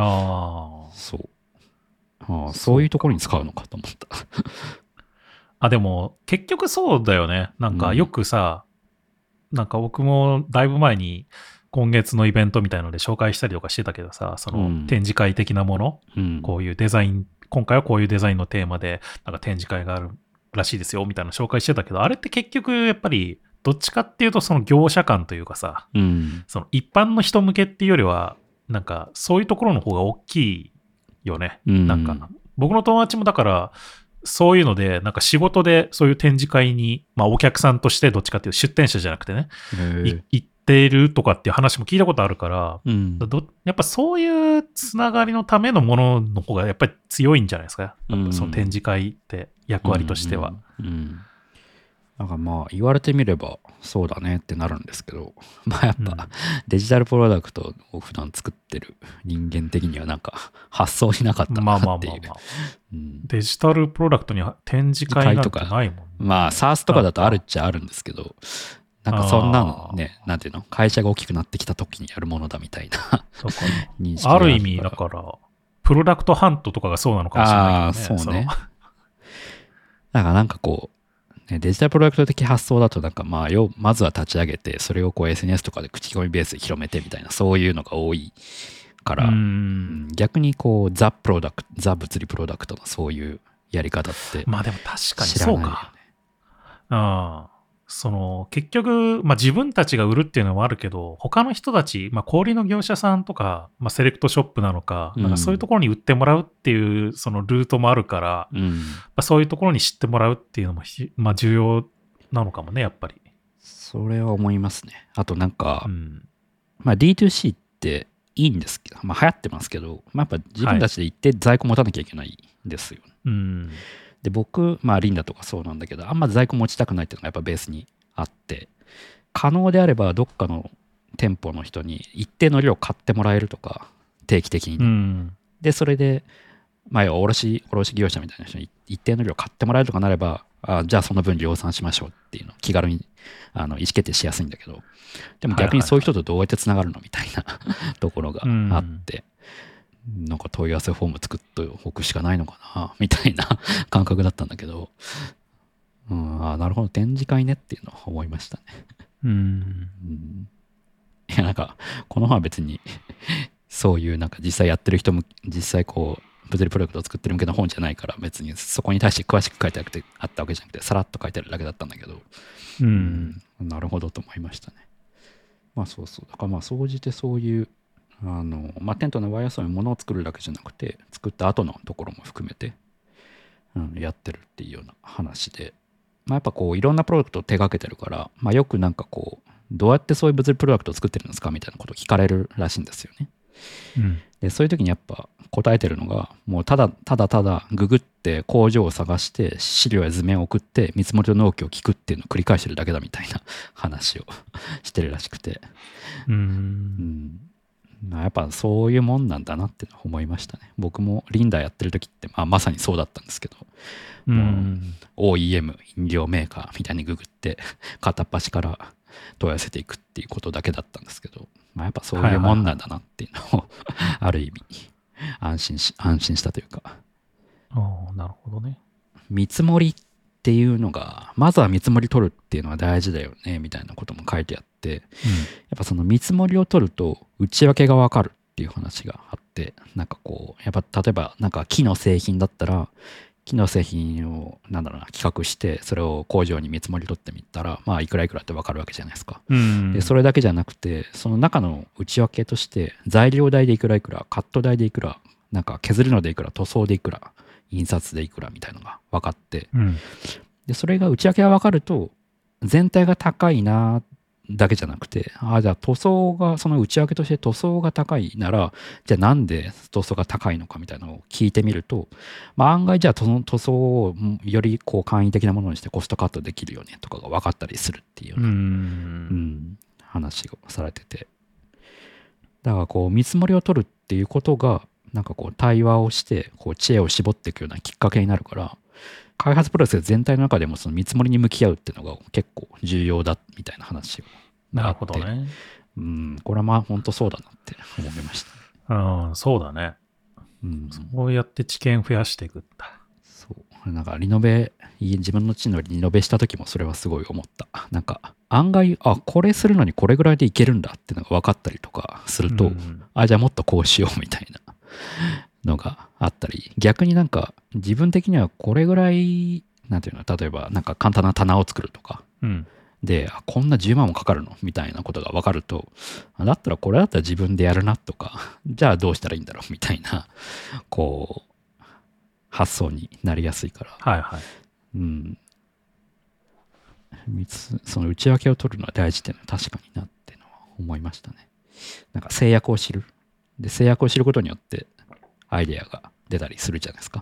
そういうところに使うのかと思ったでも結局そうだよね。なんかよくさ、なんか僕もだいぶ前に今月のイベントみたいので紹介したりとかしてたけどさ、その展示会的なもの、こういうデザイン、今回はこういうデザインのテーマでなんか展示会があるらしいですよみたいな紹介してたけど、あれって結局やっぱりどっちかっていうとその業者間というかさ、その一般の人向けっていうよりはなんかそういうところの方が大きいよね。なんか僕の友達もだからそういうのでなんか仕事でそういう展示会に、お客さんとしてどっちかっていうと出展者じゃなくてね、行ってるとかっていう話も聞いたことあるから、やっぱそういうつながりのためのものの方がやっぱり強いんじゃないですか。その展示会って役割としては。 なんか言われてみればそうだねってなるんですけど、やっぱデジタルプロダクトを普段作ってる人間的にはなんか発想しなかったなっていう。 デジタルプロダクトに展示会なんてないもんね。 SaaS とかだとあるっちゃあるんですけど、なんかそんなのね、なんていうの、会社が大きくなってきた時にやるものだみたいな認識がある意味だからプロダクトハントとかがそうなのかもしれないけどね。 そうね。だからなんかこうデジタルプロダクト的発想だとなんかまずは立ち上げて、それをこう SNS とかで口コミベースで広めてみたいな、そういうのが多いから、逆にこうザ物理プロダクトのそういうやり方ってでも確かにそうか。その結局、自分たちが売るっていうのもあるけど、他の人たち、小売の業者さんとか、セレクトショップなのか、なんかそういうところに売ってもらうっていうそのルートもあるから、そういうところに知ってもらうっていうのも、重要なのかもね、やっぱり。 それは思いますね。あとなんか、D2C っていいんですけど、流行ってますけど、やっぱ自分たちで行って在庫持たなきゃいけないんですよ。 うん、 で、僕、まあリンダとかそうなんだけど、あんま在庫持ちたくないっていうのがやっぱベースにあって、可能であればどっかの店舗の人に一定の量買ってもらえるとか、定期的にね。 うん、 で、それで、まあ、卸業者みたいな人に一定の量買ってもらえるとかなれば、じゃあその分量産しましょうっていうのを気軽に意思決定しやすいんだけど、でも逆にそういう人とどうやってつながるのみたいなところがあって、なんか問い合わせフォーム作っておくしかないのかなみたいな感覚だったんだけど、なるほど、展示会ねっていうのを思いましたね。いや、なんか、この本は別にそういうなんか実際やってる人も、実際こう、物理プロジェクトを作ってる向けの本じゃないから、別にそこに対して詳しく書いてあったわけじゃなくて、さらっと書いてあるだけだったんだけど、なるほどと思いましたね。まあそうそう。だからまあ、総じてそういう、まあ、テントのワイヤーソーに物を作るだけじゃなくて、作った後のところも含めて、やってるっていうような話で、まあ、やっぱこういろんなプロジェクトを手掛けてるから、まあ、よくなんかこうどうやってそういう物理プロジェクトを作ってるんですかみたいなことを聞かれるらしいんですよね。でそういう時にやっぱ答えてるのがもうただググって工場を探して資料や図面を送って見積もりと納期を聞くっていうのを繰り返してるだけだみたいな話をしてるらしくて、やっぱそういうもんなんだなって思いましたね。僕もリンダーやってる時って、まさにそうだったんですけど、OEM 飲料メーカーみたいにググって片っ端から問い合わせていくっていうことだけだったんですけど、やっぱそういうもんなんだなっていうのをある意味安心したというか。 なるほどね。 見積もりっていうのがまずは見積もり取るっていうのは大事だよねみたいなことも書いてあって、やっぱその見積もりを取ると内訳が分かるっていう話があって、なんかこうやっぱ例えばなんか木の製品だったら木の製品を企画してそれを工場に見積もり取ってみたらいくらいくらって分かるわけじゃないですか。でそれだけじゃなくてその中の内訳として材料代でいくらいくら、カット代でいくら、なんか削るのでいくら、塗装でいくら、印刷でいくらみたいなのが分かって、でそれが内訳が分かると全体が高いなだけじゃなくて、じゃあ塗装がその内訳として塗装が高いならじゃあなんで塗装が高いのかみたいなのを聞いてみると、案外じゃあその塗装をよりこう簡易的なものにしてコストカットできるよねとかが分かったりするっていうような話をされてて、だからこう見積もりを取るっていうことがなんかこう対話をしてこう知恵を絞っていくようなきっかけになるから、開発プロセス全体の中でもその見積もりに向き合うっていうのが結構重要だみたいな話をなるほどね。 これは本当そうだなって思いました。 そうだね。そうやって知見増やしていくんだ。 そうなんか自分の地のリノベした時もそれはすごい思った。なんか案外これするのにこれぐらいでいけるんだっていうのが分かったりとかすると、じゃあもっとこうしようみたいなのがあったり、逆になんか自分的にはこれぐらいなんていうの、例えばなんか簡単な棚を作るとか、でこんな10万もかかるのみたいなことが分かると、だったらこれだったら自分でやるなとか、じゃあどうしたらいいんだろうみたいなこう発想になりやすいから、その内訳を取るのは大事っていうのは確かになっていうのは思いましたね。なんか制約を知る。で制約を知ることによってアイデアが出たりするじゃないですか。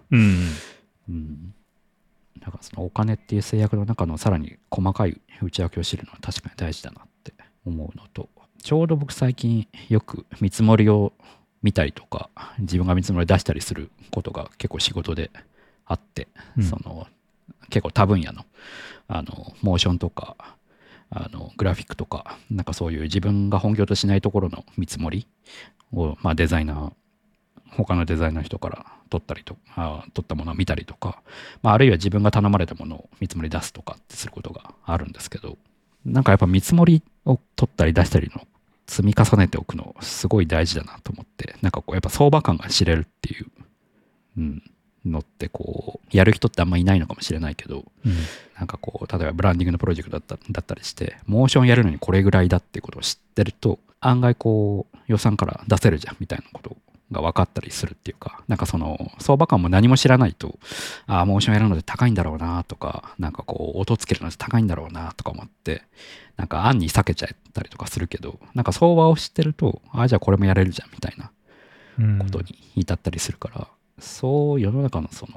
だからそのお金っていう制約の中のさらに細かい内訳を知るのは確かに大事だなって思うのと、ちょうど僕最近よく見積もりを見たりとか自分が見積もり出したりすることが結構仕事であって、その結構多分野のモーションとかグラフィックとかなんかそういう自分が本業としないところの見積もりを、デザイナー他のデザイナーの人から取ったものを見たりとか、あるいは自分が頼まれたものを見積もり出すとかってすることがあるんですけど、なんかやっぱ見積もりを取ったり出したりの積み重ねておくのすごい大事だなと思って、なんかこうやっぱ相場感が知れるっていう、のってこうやる人ってあんまいないのかもしれないけど、なんかこう例えばブランディングのプロジェクトだったりしてモーションやるのにこれぐらいだっていうことを知ってると案外こう予算から出せるじゃんみたいなことが分かったりするっていうか、なんかその相場感も何も知らないとモーションやるので高いんだろうなとか、なんかこう音つけるので高いんだろうなとか思ってなんか案に避けちゃったりとかするけど、なんか相場を知ってるとじゃあこれもやれるじゃんみたいなことに至ったりするから、そう世の中のその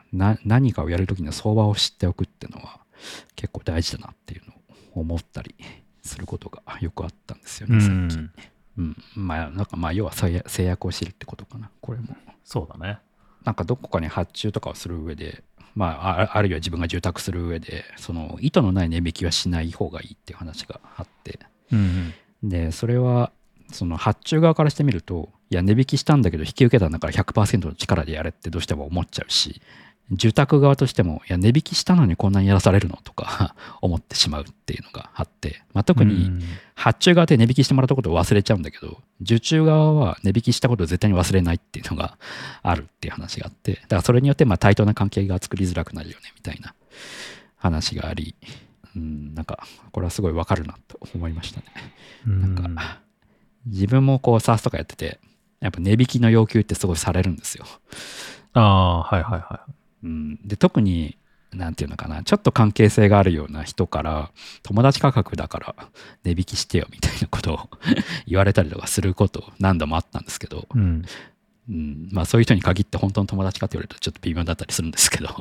何かをやるときの相場を知っておくっていうのは結構大事だなっていうのを思ったりすることがよくあったんですよね、最近。なんか要は制約を知るってことかな、これも。 そうだね。 なんかどこかに発注とかをする上で、あるいは自分が受託する上で、その意図のない値引きはしない方がいいっていう話があって、で、それはその発注側からしてみると、いや値引きしたんだけど引き受けたんだから 100% の力でやれってどうしても思っちゃうし、受託側としても、いや値引きしたのにこんなにやらされるのとか思ってしまうっていうのがあって、特に発注側で値引きしてもらったことを忘れちゃうんだけど、受注側は値引きしたことを絶対に忘れないっていうのがあるっていう話があって、だからそれによって対等な関係が作りづらくなるよねみたいな話があり、なんかこれはすごいわかるなと思いましたね。なんか自分もこう SaaS とかやってて、やっぱ値引きの要求ってすごいされるんですよ。 はいはいはい。 で特になんていうのかな、ちょっと関係性があるような人から友達価格だから値引きしてよみたいなことを言われたりとかすること何度もあったんですけど、そういう人に限って本当の友達かって言われるとちょっと微妙だったりするんですけど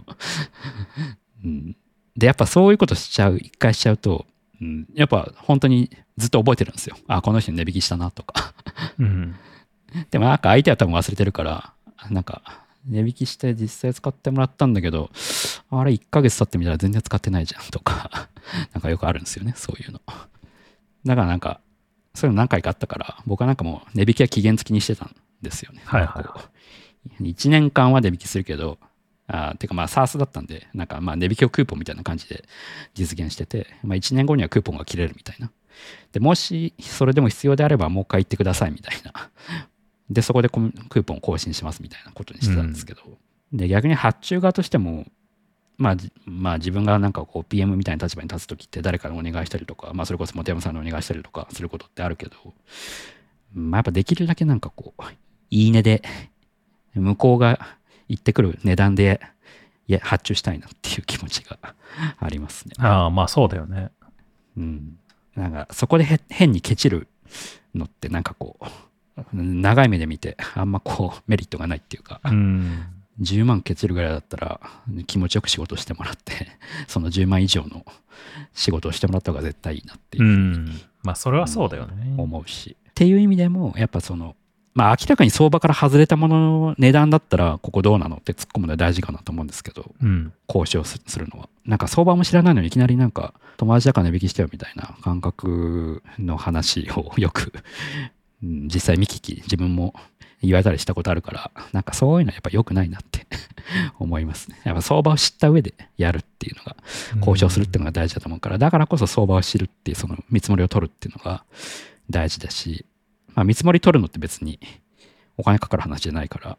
でやっぱそういうこと一回しちゃうと、やっぱ本当にずっと覚えてるんですよ。この人に値引きしたなとかでもなんか相手は多分忘れてるから、なんか値引きして実際使ってもらったんだけど、あれ1ヶ月経ってみたら全然使ってないじゃんとかなんかよくあるんですよね、そういうの。だからなんかそういうの何回かあったから、僕はなんかもう値引きは期限付きにしてたんですよね。1年間は値引きするけど、てかSaaS だったんで、なんか値引きをクーポンみたいな感じで実現してて、1年後にはクーポンが切れるみたいな。でもしそれでも必要であればもう一回言ってくださいみたいな。でそこでクーポン更新しますみたいなことにしてたんですけど、で逆に発注側としても自分がなんかこう PM みたいな立場に立つときって誰かにお願いしたりとか、それこそ本山さんにお願いしたりとかすることってあるけど、やっぱできるだけなんかこういいねで向こうが言ってくる値段で発注したいなっていう気持ちがありますね。 そうだよね。 なんかそこで変にケチるのってなんかこう長い目で見てあんまこうメリットがないっていうか、10万ケチるぐらいだったら気持ちよく仕事してもらってその10万以上の仕事をしてもらった方が絶対いいなっていうそれはそうだよね、 思うし、っていう意味でもやっぱその明らかに相場から外れたものの値段だったらここどうなのって突っ込むのは大事かなと思うんですけど、交渉するのはなんか相場も知らないのにいきなりなんか友達だから値引きしてよみたいな感覚の話をよく実際見聞き自分も言われたりしたことあるから、なんかそういうのはやっぱ良くないなって思いますね。やっぱ相場を知った上でやるっていうのが、交渉するっていうのが大事だと思うから、だからこそ相場を知るっていうその見積もりを取るっていうのが大事だし、見積もり取るのって別にお金かかる話じゃないから、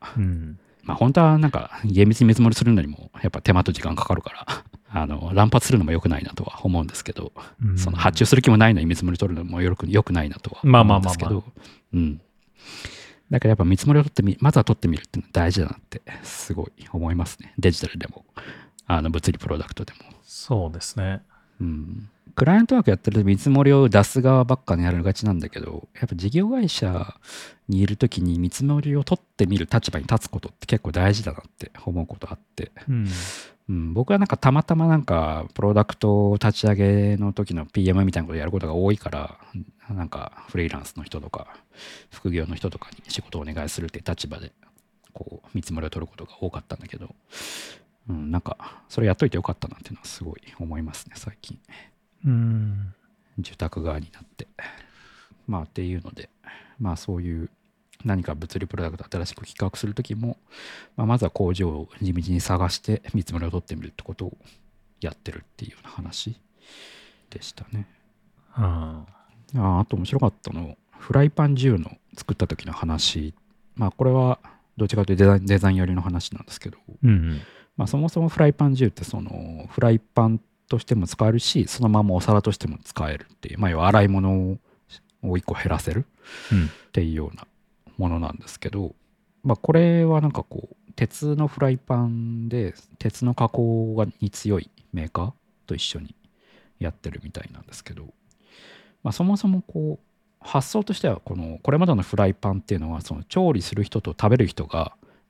本当はなんか厳密に見積もりするのにもやっぱ手間と時間かかるから乱発するのも良くないなとは思うんですけど、その発注する気もないのに見積もり取るのも良くないなとは思うんですけど、だからやっぱ見積もりをまずは取ってみるっていうのは大事だなってすごい思いますね。デジタルでも物理プロダクトでも。 そうですね。 クライアントワークやってると見積もりを出す側ばっかにやるがちなんだけど、やっぱ事業会社にいるときに見積もりを取ってみる立場に立つことって結構大事だなって思うことあって、僕はなんかたまたまなんかプロダクト立ち上げの時の PM みたいなことをやることが多いから、なんかフリーランスの人とか副業の人とかに仕事をお願いするっていう立場でこう見積もりを取ることが多かったんだけど、なんかそれやっといてよかったなっていうのはすごい思いますね、最近。受託側になってっていうので、そういう何か物理プロダクト新しく企画するときも、まずは工場を地道に探して見積もりを取ってみるってことをやってるっていうような話でしたね。あと面白かったのフライパン10の作った時の話、これはどっちかというとデザイン寄りの話なんですけど、そもそもフライパン10ってそのフライパンとしても使えるし、そのままお皿としても使えるっていう、要は洗い物を1個減らせるっていうようなものなんですけど、これはなんかこう鉄のフライパンで鉄の加工に強いメーカーと一緒にやってるみたいなんですけど、そもそもこう発想としてはこれまでのフライパンっていうのはその調理する人と食べる人が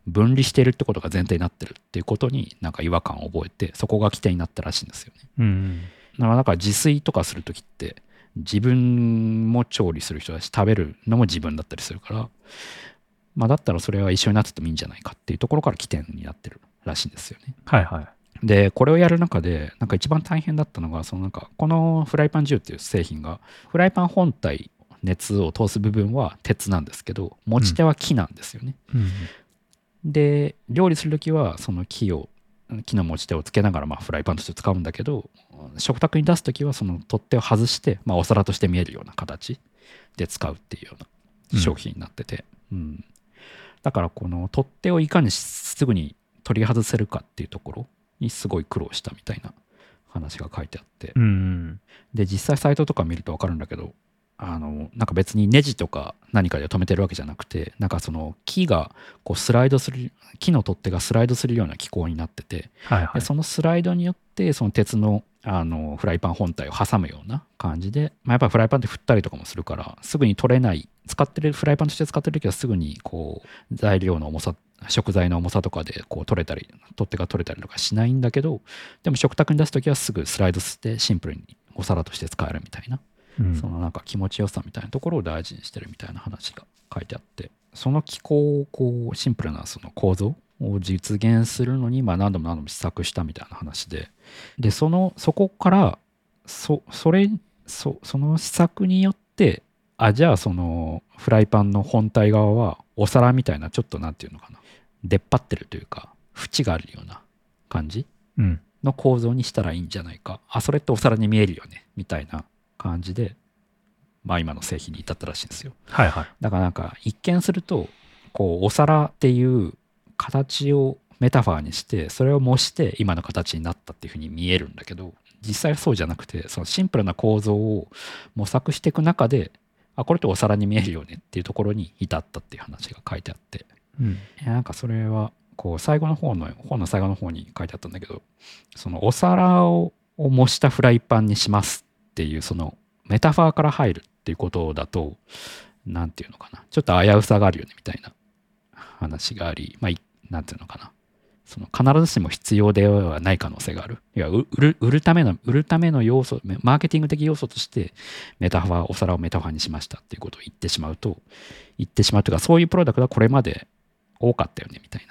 分離してるってことが前提になってるっていうことになんか違和感を覚えて、そこが起点になったらしいんですよね。 うん、 だから自炊とかするときって自分も調理する人だし食べるのも自分だったりするから、まあ、だったらそれは一緒になっててもいいんじゃないかっていうところから起点になってるらしいんですよね。 はいはい。 でこれをやる中でなんか一番大変だったのが、そのなんかこのフライパン10っていう製品がフライパン本体熱を通す部分は鉄なんですけど、持ち手は木なんですよね。で料理するときはその木の持ち手をつけながらまあフライパンとして使うんだけど、食卓に出すときはその取っ手を外して、まあ、お皿として見えるような形で使うっていうような商品になってて、だからこの取っ手をいかにすぐに取り外せるかっていうところにすごい苦労したみたいな話が書いてあって、で実際サイトとか見ると分かるんだけど、なんか別にネジとか何かで止めてるわけじゃなくて、なんかその木がこうスライドする、木の取っ手がスライドするような機構になってて、でそのスライドによってその鉄のフライパン本体を挟むような感じで、まあ、やっぱりフライパンって振ったりとかもするからすぐに取れない、使ってるフライパンとして使ってる時はすぐにこう材料の重さ、食材の重さとかでこう取れたり取っ手が取れたりとかしないんだけど、でも食卓に出す時はすぐスライドしてシンプルにお皿として使えるみたいな、そのなんか気持ちよさみたいなところを大事にしてるみたいな話が書いてあって、その機構をこうシンプルなその構造を実現するのにまあ何度も何度も試作したみたいな話で、そこからその試作によってじゃあそのフライパンの本体側はお皿みたいなちょっとなんていうのかな、出っ張ってるというか縁があるような感じの構造にしたらいいんじゃないか、それってお皿に見えるよねみたいな感じで、まあ今の製品に至ったらしいんですよ。 はいはい。 だからなんか一見するとこうお皿っていう形をメタファーにしてそれを模して今の形になったっていうふうに見えるんだけど、実際はそうじゃなくて、そのシンプルな構造を模索していく中でこれってお皿に見えるよねっていうところに至ったっていう話が書いてあって、なんかそれはこう最後の本の最後の方に書いてあったんだけど、そのお皿を模したフライパンにしますっていうそのメタファーから入るっていうことだと、なんていうのかな、ちょっと危うさがあるよねみたいな話があり、まあなんていうのかな、その必ずしも必要ではない可能性がある。いや売るための要素、マーケティング的要素としてお皿をメタファーにしましたっていうことを言ってしまうというか、そういうプロダクトはこれまで多かったよねみたいな。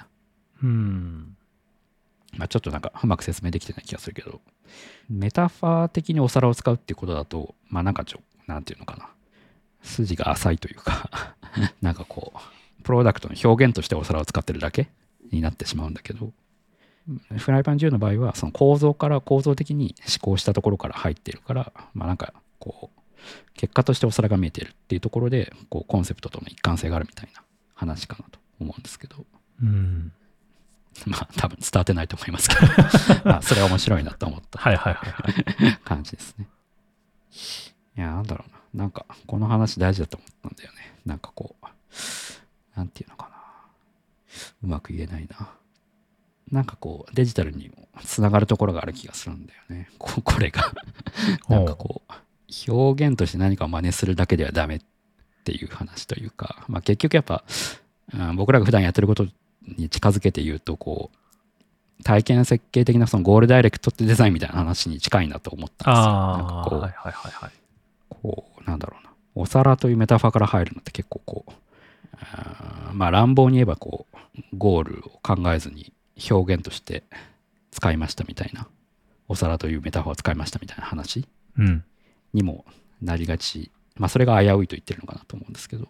まあちょっとなんかうまく説明できてない気がするけど、メタファー的にお皿を使うっていうことだと、まあなんかなんていうのかな、筋が浅いというかなんかこうプロダクトの表現としてお皿を使ってるだけになってしまうんだけど、フライパン10の場合はその構造的に思考したところから入っているから、まあなんかこう結果としてお皿が見えているっていうところでこうコンセプトとの一貫性があるみたいな話かなと思うんですけど、まあ多分伝わってないと思いますけどまあそれは面白いなと思った感じですね。いやなんだろうな、なんかこの話大事だと思ったんだよね。なんかこうなんていうのかな、うまく言えないな。なんかこうデジタルにもつながるところがある気がするんだよね。これがなんかこう表現として何かを真似するだけではダメっていう話というか、まあ結局やっぱ、僕らが普段やってることに近づけて言うとこう体験設計的なそのゴールダイレクトってデザインみたいな話に近いなと思ったんですよ。なんかこうなんだろうな、お皿というメタファーから入るのって結構こうまあ乱暴に言えばこうゴールを考えずに表現として使いましたみたいな、お皿というメタファーを使いましたみたいな話にもなりがち、まあそれが危ういと言ってるのかなと思うんですけど、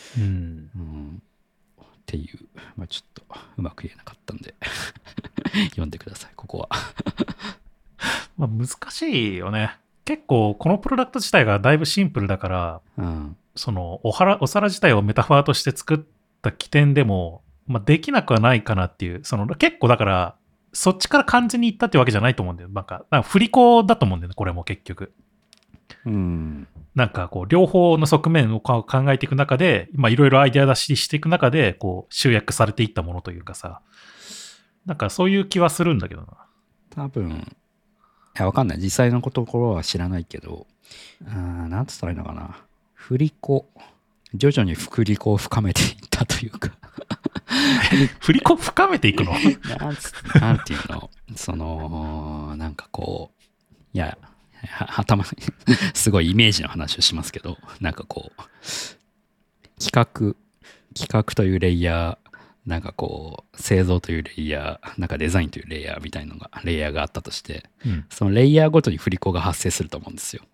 っていう、まあちょっとうまく言えなかったんで読んでくださいここはまあ難しいよね。結構このプロダクト自体がだいぶシンプルだから、そのお皿自体をメタファーとして作った起点でも、まあ、できなくはないかなっていう、その結構だからそっちから完全にいったってわけじゃないと思うんだよ。なんか振り子だと思うんだよね、これも結局。なんかこう両方の側面を考えていく中で、今いろいろアイデア出ししていく中でこう集約されていったものというかさ、なんかそういう気はするんだけどな。 多分わかんない、実際のところは知らないけど、なんつったらいいのかな、振り子、徐々に振り子を深めていったというか振り子深めていくのなんていうの、なんかこう、いや、すごいイメージの話をしますけど、なんかこう、企画というレイヤー、なんかこう、製造というレイヤー、なんかデザインというレイヤーみたいなのが、レイヤーがあったとして、そのレイヤーごとに振り子が発生すると思うんですよ。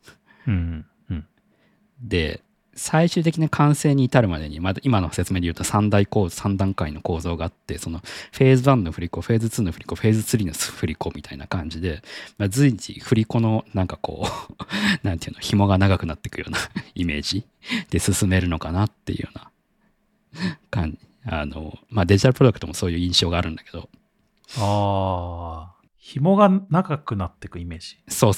で、最終的な完成に至るまでに、まだ今の説明で言うと3段階の構造があって、そのフェーズ1の振り子、フェーズ2の振り子、フェーズ3の振り子みたいな感じで、随時振り子のなんかこう、なんていうの、紐が長くなっていくようなイメージで進めるのかなっていうような感じ。デジタルプロダクトもそういう印象があるんだけど。 紐が長くなっていくイメージ。 そう。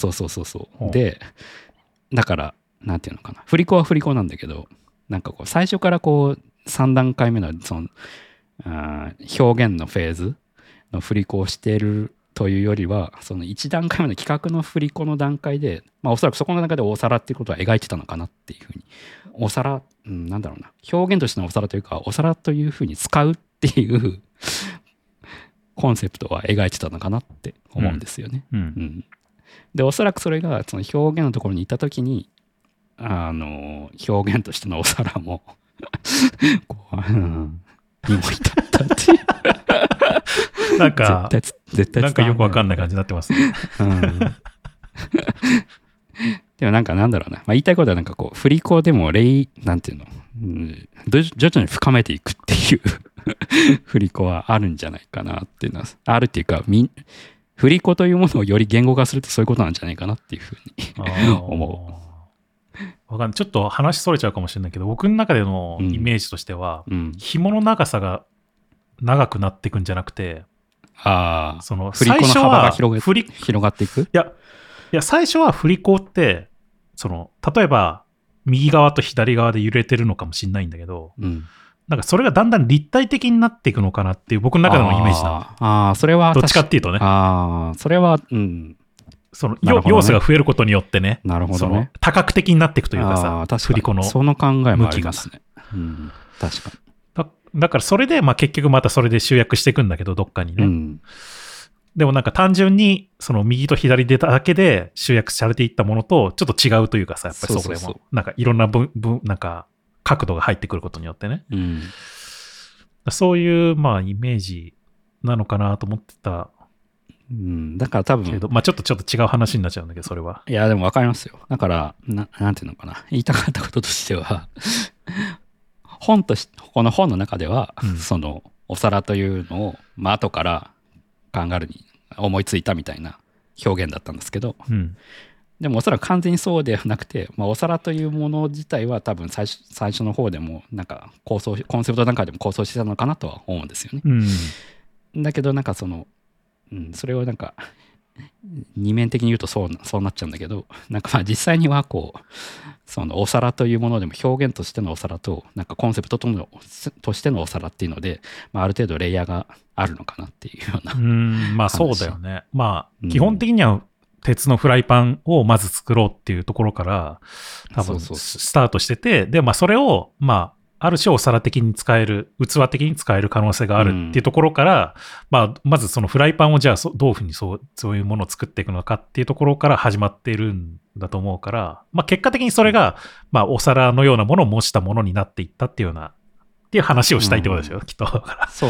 で、だから、なんていうのかな。振り子は振り子なんだけど、なんかこう、最初からこう、3段階目の、その、表現のフェーズの振り子をしているというよりは、その1段階目の企画の振り子の段階で、おそらくそこの中でお皿っていうことは描いてたのかなっていうふうに。お皿、なんだろうな。表現としてのお皿というか、お皿というふうに使うっていうコンセプトは描いてたのかなって思うんですよね。で、おそらくそれがその表現のところに行ったときに、表現としてのお皿もこう、にも至ったっていうなんか絶対なんかよくわかんない感じになってますね。 でもなんかなんだろうな、言いたいことはなんかこう振り子でもなんていうの、徐々に深めていくっていう振り子はあるんじゃないかなっていうのはあるっていうか、振り子というものをより言語化するとそういうことなんじゃないかなっていうふうに思う。 わかんない。ちょっと話それちゃうかもしれないけど、僕の中でのイメージとしては、紐の長さが長くなっていくんじゃなくて、その振り子の幅が広がっていく？ いや、最初は振り子って、その、例えば、右側と左側で揺れてるのかもしれないんだけど、なんかそれがだんだん立体的になっていくのかなっていう僕の中でのイメージなの。 それはどっちかっていうとね。 それは、 その、要素が増えることによってね、 なるほどね。 多角的になっていくというかさ、振り子のその考えもありますね。確かに。だからそれで、結局またそれで集約していくんだけど、どっかにね。でもなんか単純に、その右と左でだけで集約されていったものと、ちょっと違うというかさ、やっぱりそこでも、なんかいろんななんか角度が入ってくることによってね。そういう、イメージなのかなと思ってた。 だから多分。 ちょっと違う話になっちゃうんだけど、それは。 いや、でもわかりますよ。だから、なんていうのかな。言いたかったこととしては、この本の中では、その、お皿というのを、後から考えるに思いついたみたいな表現だったんですけど、でもおそらく完全にそうではなくて、お皿というもの自体は多分最初の方でも、なんかコンセプト段階でも構想してたのかなとは思うんですよね。だけど、なんかその、それをなんか二面的に言うとそうなっちゃうんだけど、なんか実際にはこうそのお皿というものでも表現としてのお皿となんかコンセプトとしてのお皿っていうので、ある程度レイヤーがあるのかなっていうような。 そうだよね。基本的には鉄のフライパンをまず作ろうっていうところから多分スタートしてて、でそれをある種お皿的に使える、器的に使える可能性があるっていうところから、まずそのフライパンをじゃあどういうふうにそういうものを作っていくのかっていうところから始まっているんだと思うから、結果的にそれが、お皿のようなものを模したものになっていったっていうような、っていう話をしたいってことですよ、きっと。 そう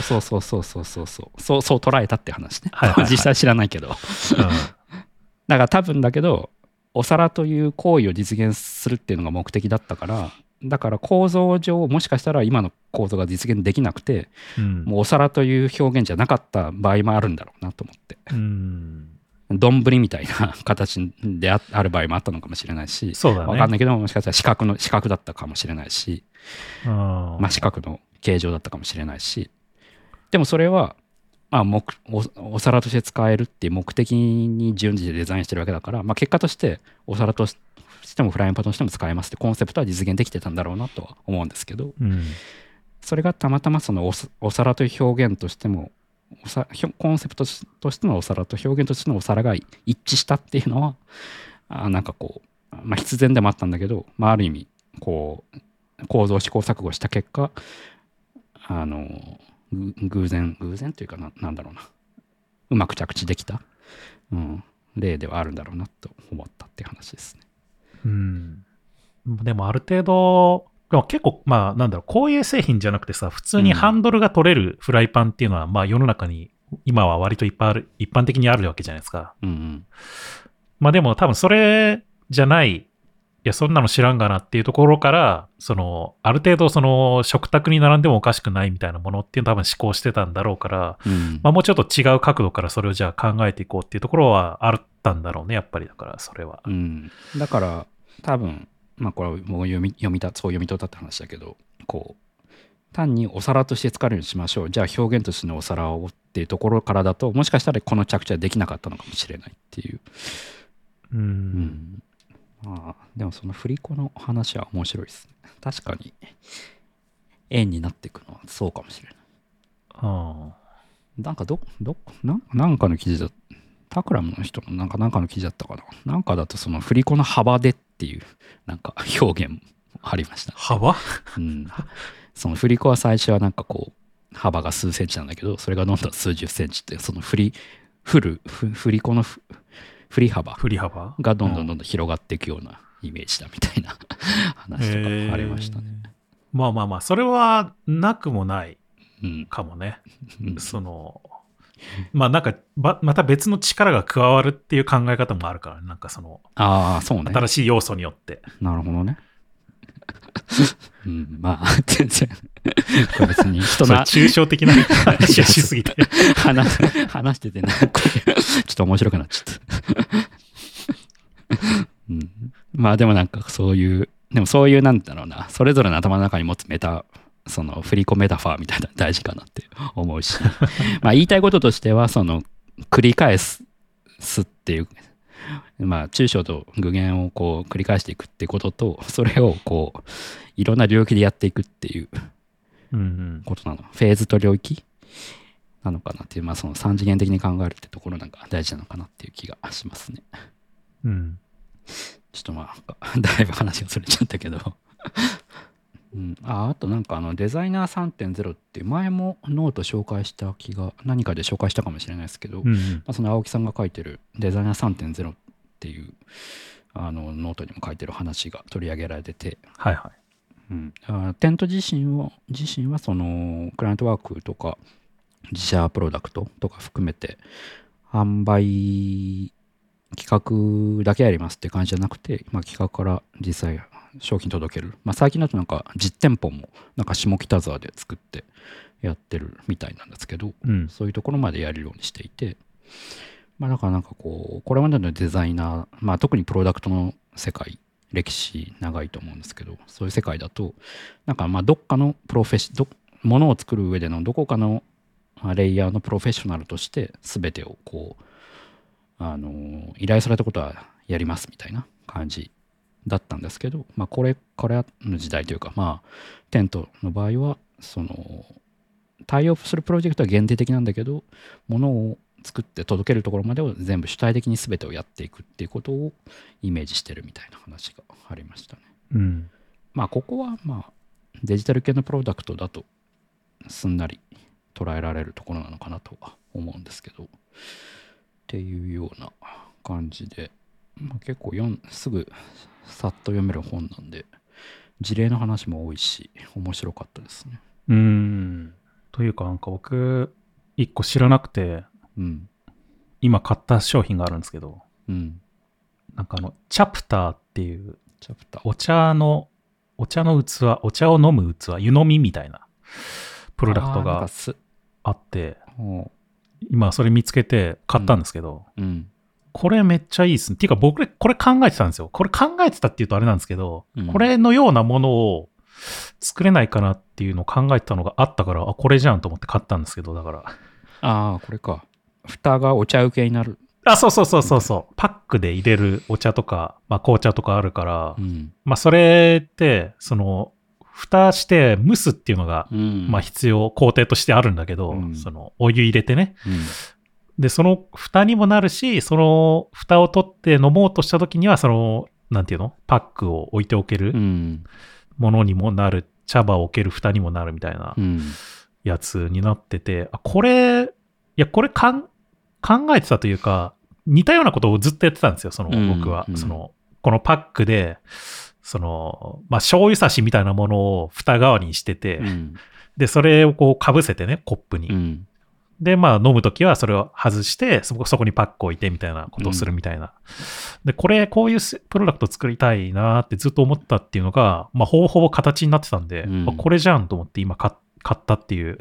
捉えたって話ね。実際知らないけど。だから多分だけど、お皿という行為を実現するっていうのが目的だったから、だから構造上もしかしたら今の構造が実現できなくて、もうお皿という表現じゃなかった場合もあるんだろうなと思って、丼みたいな形である場合もあったのかもしれないし、 そうだね、 分かんないけどもしかしたら四角だったかもしれないし、四角の形状だったかもしれないし、でもそれはお皿として使えるっていう目的に順次でデザインしてるわけだから、結果としてお皿としてもフライパンとしても使えますってコンセプトは実現できてたんだろうなとは思うんですけど、それがたまたまそのお皿という表現としてもコンセプトとしてのお皿と表現としてのお皿が一致したっていうのはなんかこう、必然でもあったんだけど、ある意味こう構造試行錯誤した結果偶然というかなんだろうな、うまく着地できた、例ではあるんだろうなと思ったって話ですね。 でもある程度、でも結構、こういう製品じゃなくてさ、普通にハンドルが取れるフライパンっていうのは、世の中に今は割といっぱいある、一般的にあるわけじゃないですか。でも多分それじゃない、いや、そんなの知らんがなっていうところから、ある程度食卓に並んでもおかしくないみたいなものっていうのを多分思考してたんだろうから、もうちょっと違う角度からそれをじゃあ考えていこうっていうところはあったんだろうね、やっぱり。だからそれは。 だから多分、これはもうそう読み取ったって話だけど、こう単にお皿として使えるようにしましょう、じゃあ表現としてのお皿をっていうところからだと、もしかしたらこの着地はできなかったのかもしれないっていう。でもその振り子の話は面白いですね。確かに円になっていくのはそうかもしれない。なんかなんかの記事だ、タクラムの人のなんかの記事だったかな。なんかだとその振り子の幅でっていうなんか表現もありました。 幅？ その振り子は最初はなんかこう幅が数センチなんだけど、それがどんどん数十センチって、その振り子の振り幅がどんどん広がっていくようなイメージだみたいな話とかありましたね。 それはなくもないかもね。なんかまた別の力が加わるっていう考え方もあるから、なんかそうね、新しい要素によって。 なるほどね。全然これ別に人の抽象的な話をしすぎて話しててちょっと面白くなっちゃったでもなんかそういうなんだろうな、それぞれの頭の中に持つその振り子メタファーみたいなの大事かなって思うし言いたいこととしては、その繰り返すっていう、抽象と具現をこう繰り返していくっていうことと、それをこういろんな領域でやっていくっていうことなの、フェーズと領域なのかなっていう、その3次元的に考えるってところなんか大事なのかなっていう気がしますね。ちょっとだいぶ話がそれちゃったけどあとなんかデザイナー 3.0 っていう前もノート紹介した気が、何かで紹介したかもしれないですけど、その青木さんが書いてるデザイナー 3.0 っていうノートにも書いてる話が取り上げられてて、テント自身はそのクライアントワークとか自社プロダクトとか含めて販売企画だけやりますって感じじゃなくて、企画から実際商品届ける、最近だとなんか実店舗もなんか下北沢で作ってやってるみたいなんですけど、そういうところまでやるようにしていて、だからなんかこれまでのデザイナー、特にプロダクトの世界、歴史長いと思うんですけど、そういう世界だとなんかどっかのものを作る上でのどこかのレイヤーのプロフェッショナルとして全てをこう依頼されたことはやりますみたいな感じだったんですけど、これの時代というか、テントの場合はその対応するプロジェクトは限定的なんだけど、ものを作って届けるところまでを全部主体的に全てをやっていくっていうことをイメージしてるみたいな話がありましたね。ここはデジタル系のプロダクトだとすんなり捉えられるところなのかなとは思うんですけど、っていうような感じで、結構すぐさっと読める本なんで、事例の話も多いし面白かったですね。 というかなんか僕一個知らなくて、今買った商品があるんですけど、なんかチャプターっていうお茶の器、お茶を飲む器、湯飲みみたいなプロダクトがあって、今それ見つけて買ったんですけど、これめっちゃいいっすね。っていうか僕これ考えてたんですよ。これ考えてたっていうとあれなんですけど、これのようなものを作れないかなっていうのを考えてたのがあったから、これじゃんと思って買ったんですけど、だから。 これか。蓋がお茶受けになる。 そう。パックで入れるお茶とか、紅茶とかあるから、それって、蓋して蒸すっていうのが、必要、工程としてあるんだけど、お湯入れてね。で、その蓋にもなるし、その蓋を取って飲もうとした時には、なんていうの？パックを置いておけるものにもなる、茶葉を置ける蓋にもなるみたいなやつになってて、これ考えてたというか、似たようなことをずっとやってたんですよ、僕は。このパックで、醤油差しみたいなものを蓋代わりにしてて、で、それをこうかぶせてね、コップに。で、飲むときはそれを外して、そこにパックを置いてみたいなことをするみたいな。で、こういうプロダクト作りたいなってずっと思ったっていうのが、ほぼほぼ形になってたんで、これじゃんと思って今買ったっていう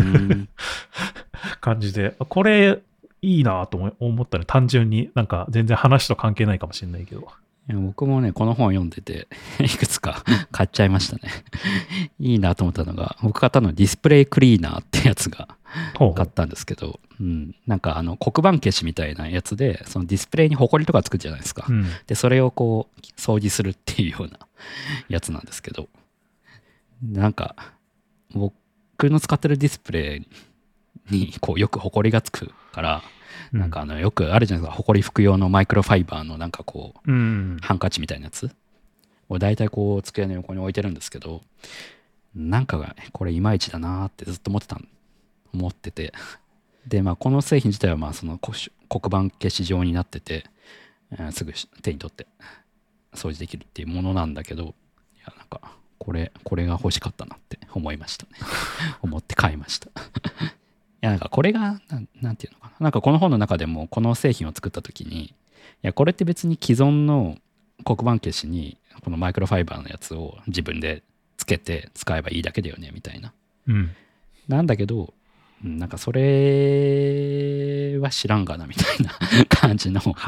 感じで、これいいなと思ったね。単純になんか全然話と関係ないかもしれないけど。 いや僕もね、この本読んでて、いくつか買っちゃいましたね。いいなと思ったのが、僕買ったのはディスプレイクリーナーってやつが買ったんですけど、なんか黒板消しみたいなやつで、そのディスプレイにホコリとかつくじゃないですか。で、それをこう、掃除するっていうようなやつなんですけど、なんか、僕の使ってるディスプレイにこうよくホコリがつくから、なんかよくあるじゃないですか、ホコリ拭く用のマイクロファイバーのなんかこう、ハンカチみたいなやつを大体こう机の横に置いてるんですけど、なんかがこれいまいちだなってずっと思ってて、でこの製品自体はその黒板消し状になってて、すぐ手に取って掃除できるっていうものなんだけど、いやなんかこれが欲しかったなって思いましたね。思って買いました。いやなんかこれがなんていうのかな、なんかこの本の中でもこの製品を作った時に、いやこれって別に既存の黒板消しにこのマイクロファイバーのやつを自分でつけて使えばいいだけだよねみたいな、なんだけどなんかそれは知らんがなみたいな感じのこ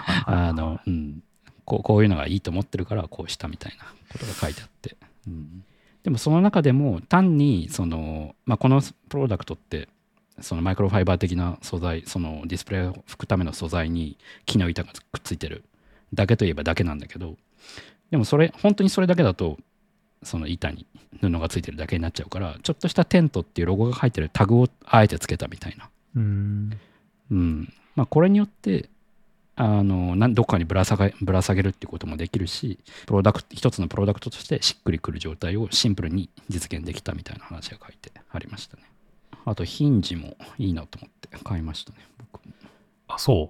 ういうのがいいと思ってるからこうしたみたいなことが書いてあって、でもその中でも単にこのプロダクトってそのマイクロファイバー的な素材、そのディスプレイを拭くための素材に木の板がくっついてるだけといえばだけなんだけど、でも本当にそれだけだとその板に布がついてるだけになっちゃうから、ちょっとしたテントっていうロゴが入ってるタグをあえてつけたみたいな。これによってどっかにぶら下げるっていうこともできるし、一つのプロダクトとしてしっくりくる状態をシンプルに実現できたみたいな話が書いてありましたね。あとヒンジもいいなと思って買いましたね、僕も。 そう。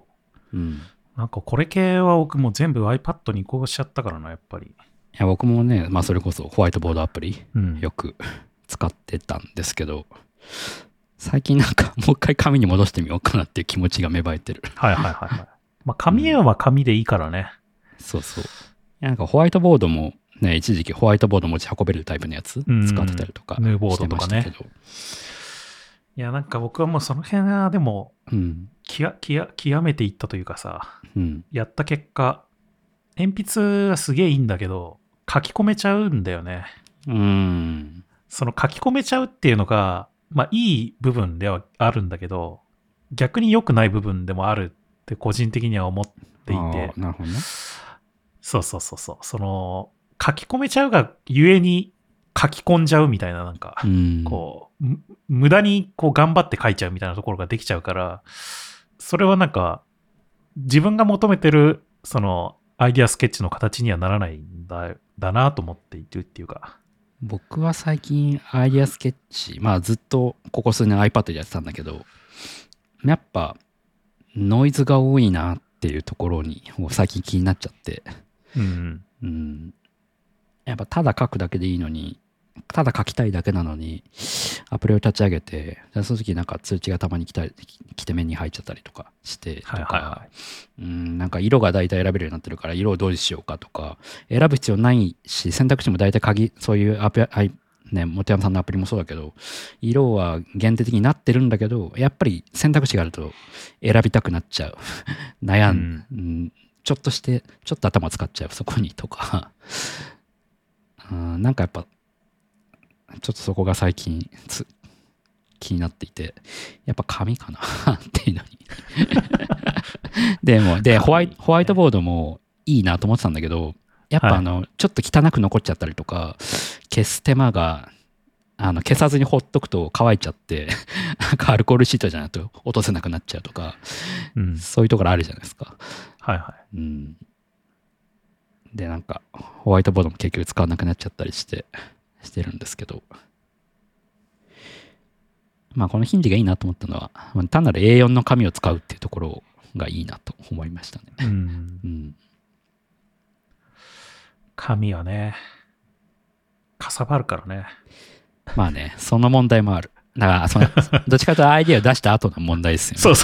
なんかこれ系は僕も全部 iPad に移行しちゃったからな、やっぱり。いや、僕もね、それこそホワイトボードアプリ、よく使ってたんですけど、最近なんかもう一回紙に戻してみようかなっていう気持ちが芽生えてる。 紙は紙でいいからね。 そうそう。なんかホワイトボードもね、一時期ホワイトボード持ち運べるタイプのやつ使ってたりとかヌーボードとかね。いや、なんか僕はもうその辺はでも、極めていったというかさ、やった結果、鉛筆はすげえいいんだけど、書き込めちゃうんだよね。その書き込めちゃうっていうのが、いい部分ではあるんだけど、逆に良くない部分でもあるって個人的には思っていて。 なるほどね。 そう。その、書き込めちゃうがゆえに書き込んじゃうみたいな、なんか、こう、無駄にこう頑張って書いちゃうみたいなところができちゃうから、それはなんか、自分が求めてる、その、アイディアスケッチの形にはならないんだなと思っているっていうか。 僕は最近アイディアスケッチ、ずっとここ数年 iPad でやってたんだけど、やっぱノイズが多いなっていうところに最近気になっちゃって、やっぱただ書くだけでいいのに、ただ書きたいだけなのにアプリを立ち上げて、その時なんか通知がたまに来て目に入っちゃったりとかしてとか、なんか色が大体選べるようになってるから色をどうしようかとか選ぶ必要ないし、選択肢も大体そういう本山さんのアプリもそうだけど、色は限定的になってるんだけど、やっぱり選択肢があると選びたくなっちゃうちょっと頭使っちゃうそこにとかなんかやっぱちょっとそこが最近気になっていて、やっぱ紙かなっていうのにでホワイトボードもいいなと思ってたんだけど、やっぱちょっと汚く残っちゃったりとか、消す手間が消さずにほっとくと乾いちゃってなんかアルコールシートじゃないと落とせなくなっちゃうとか、そういうところあるじゃないですか。でなんかホワイトボードも結局使わなくなっちゃったりしてるんですけど、 まあこのヒンジがいいなと思ったのは、単なる A4 の紙を使うっていうところがいいなと思いましたね。 紙はね、かさばるからね。 まあね、その問題もある。だからどっちかというとアイデアを出した後の問題ですよね。 そう。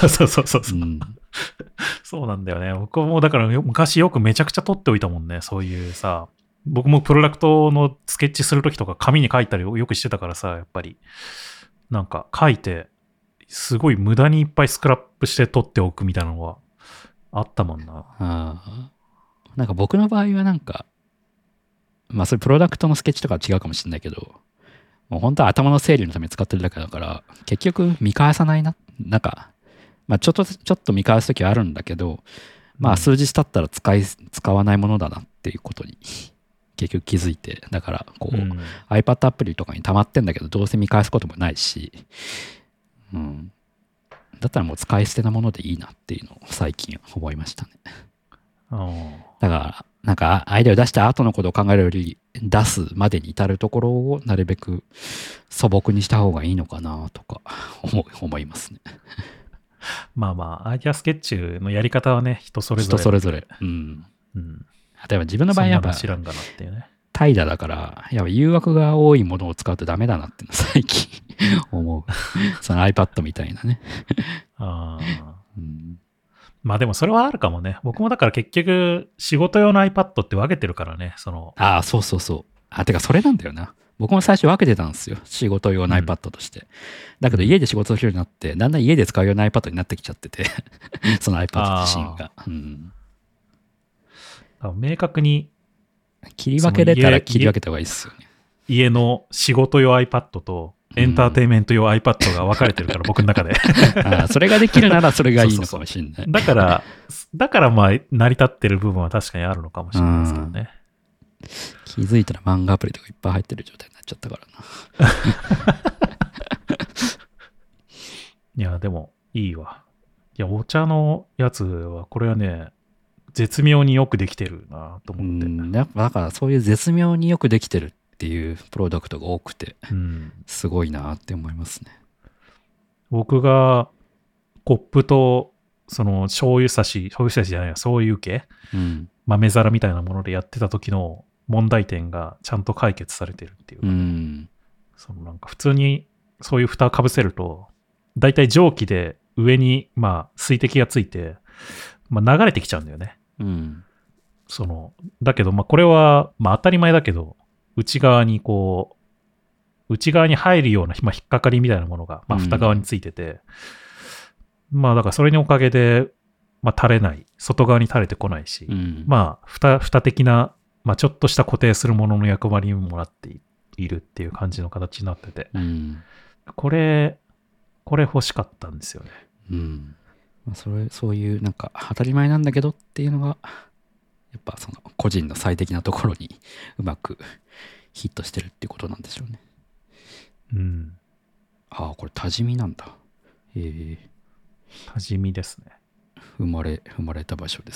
そうなんだよね。僕もだから昔よくめちゃくちゃ撮っておいたもんね。そういうさ、僕もプロダクトのスケッチするときとか紙に書いたりよくしてたからさ、やっぱり。なんか書いて、すごい無駄にいっぱいスクラップして撮っておくみたいなのがあったもんな。 なんか僕の場合はなんか、まあそれプロダクトのスケッチとかは違うかもしれないけど、もう本当は頭の整理のために使ってるだけだから、結局見返さないな。なんか、まあちょっと見返すときはあるんだけど、まあ数日経ったら使わないものだなっていうことに結局気づいて、だからこう、iPad アプリとかに溜まってんだけど、どうせ見返すこともないし、だったらもう使い捨てなものでいいなっていうのを最近思いましたね。だからなんかアイデアを出した後のことを考えるより出すまでに至るところをなるべく素朴にした方がいいのかなとか思いますね。 まあアイデアスケッチのやり方はね、人それぞれ。 例えば自分の場合はやっぱ怠惰だからやっぱ誘惑が多いものを使うとダメだなって最近思う。その iPad みたいなね。 まあでもそれはあるかもね。僕もだから結局仕事用の iPad って分けてるからね。 そう。てかそれなんだよな。僕も最初分けてたんですよ。仕事用の iPad として。だけど家で仕事するようになって、だんだん家で使うような iPad になってきちゃってて、その iPad 自身が。 明確に切り分けれたら切り分けた方がいいですよね。 家の仕事用 iPad とエンターテインメント用 iPad が分かれてるから、僕の中で。 それができるならそれがいいのかもしれない。 だからまあ成り立ってる部分は確かにあるのかもしれないですけどね。 気づいたら漫画アプリとかいっぱい入ってる状態になっちゃったからな。 いや、でもいいわ。いや、お茶のやつは、これはね、絶妙によくできてるなと思って。 だからそういう絶妙によくできてるっていうプロダクトが多くて、すごいなって思いますね。 僕がコップとその醤油差しじゃないや、そういう系、豆皿みたいなものでやってた時の問題点がちゃんと解決されてるっていうか、そのなんか普通にそういう蓋かぶせると、だいたい蒸気で上にまあ水滴がついて、まあ、流れてきちゃうんだよね。だけどまあこれはまあ当たり前だけど、内側に入るような、まあ、引っかかりみたいなものが、まあ、蓋側についてて、まあだからそれのおかげで、まあ垂れない、外側に垂れてこないし、まあ蓋的な、まあちょっとした固定するものの役割にもなっているっていう感じの形になってて、これ欲しかったんですよね。 そういうなんか当たり前なんだけどっていうのがやっぱその個人の最適なところにうまくヒットしてるっていうことなんでしょうね。これ多治見なんだ。 多治見ですね。 生まれた場所です。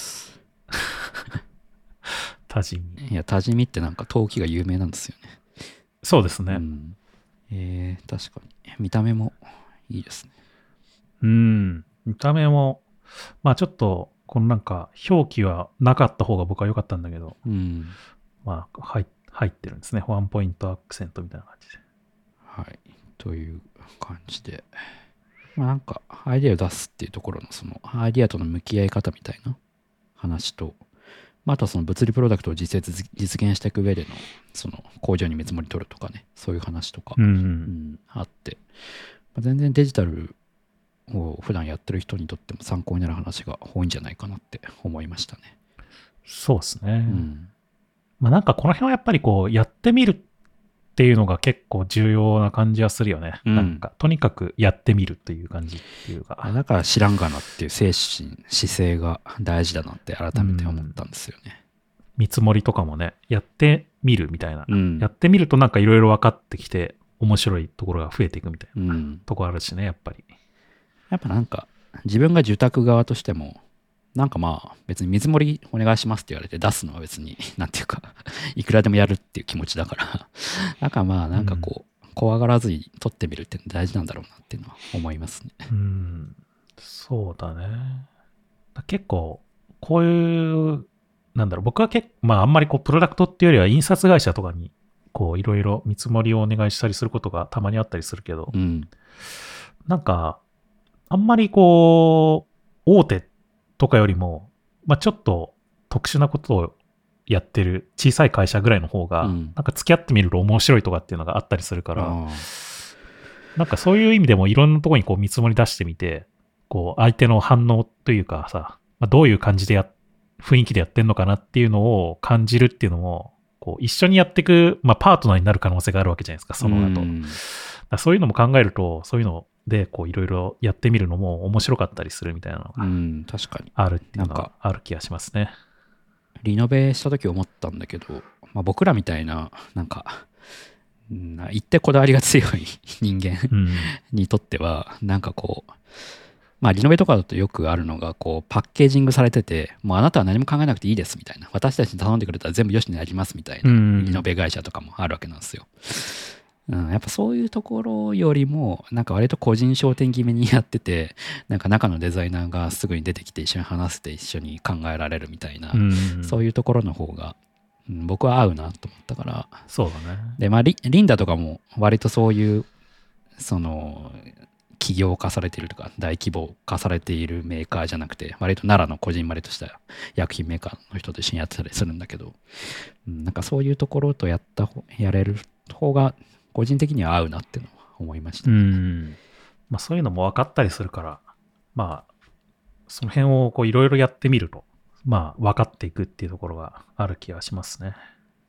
多治見。 いや、多治見ってなんか陶器が有名なんですよね。 そうですね。 確かに見た目もいいですね。 見た目も、まあちょっと、このなんか表記はなかった方が僕は良かったんだけど、まあ入ってるんですね。ワンポイントアクセントみたいな感じで。 はい。という感じで、まあなんかアイデアを出すっていうところのそのアイデアとの向き合い方みたいな話と、あとはその物理プロダクトを実現していく上でのその工場に見積もり取るとかね、そういう話とか、あって、全然デジタルを普段やってる人にとっても参考になる話が多いんじゃないかなって思いましたね。 そうですね。まあなんかこの辺はやっぱりこうやってみるっていうのが結構重要な感じはするよね。なんかとにかくやってみるっていう感じっていうか。 だから知らんがなっていう姿勢が大事だなって改めて思ったんですよね。 見積もりとかもね、やってみるみたいな。やってみるとなんかいろいろ分かってきて面白いところが増えていくみたいなところあるしね、やっぱり。 やっぱなんか自分が受託側としてもなんかまあ別に見積もりお願いしますって言われて出すのは別になんていうかいくらでもやるっていう気持ちだからだからまあなんかこう怖がらずに撮ってみるって大事なんだろうなっていうのは思いますね。 そうだね。結構、こういう、僕はあんまりプロダクトっていうよりは印刷会社とかに、いろいろ見積もりをお願いしたりすることがたまにあったりするけど、あんまり大手とかよりも、ちょっと特殊なことをやってる小さい会社ぐらいの方が、付き合ってみると面白いとかっていうのがあったりするから、そういう意味でもいろんなところに見積もり出してみて、相手の反応というかさ、どういう感じで雰囲気でやってんのかなっていうのを感じるっていうのも、一緒にやっていく、パートナーになる可能性があるわけじゃないですか、その後。そういうのも考えると、そういうので、いろいろやってみるのも面白かったりするみたいなのが、 確かにあるっていうのがある気がしますね。 リノベした時思ったんだけど、僕らみたいな、言ってこだわりが強い人間にとっては、リノベとかだとよくあるのが、パッケージングされてて、もうあなたは何も考えなくていいですみたいな。私たちに頼んでくれたら全部よしになりますみたいな、リノベ会社とかもあるわけなんですよ。やっぱそういうところよりも、割と個人商店気味にやってて、中のデザイナーがすぐに出てきて一緒に話せて一緒に考えられるみたいな、そういうところの方が、僕は合うなと思ったから。 そうだね。 で、リンダとかも割とそういう、企業化されているとか大規模化されているメーカーじゃなくて、割と奈良のこじんまりとした薬品メーカーの人と一緒にやってたりするんだけど、そういうところとやれる方が個人的には合うなっていうのは思いましたね。 そういうのも分かったりするから、その辺をいろいろやってみると、分かっていくっていうところがある気がしますね。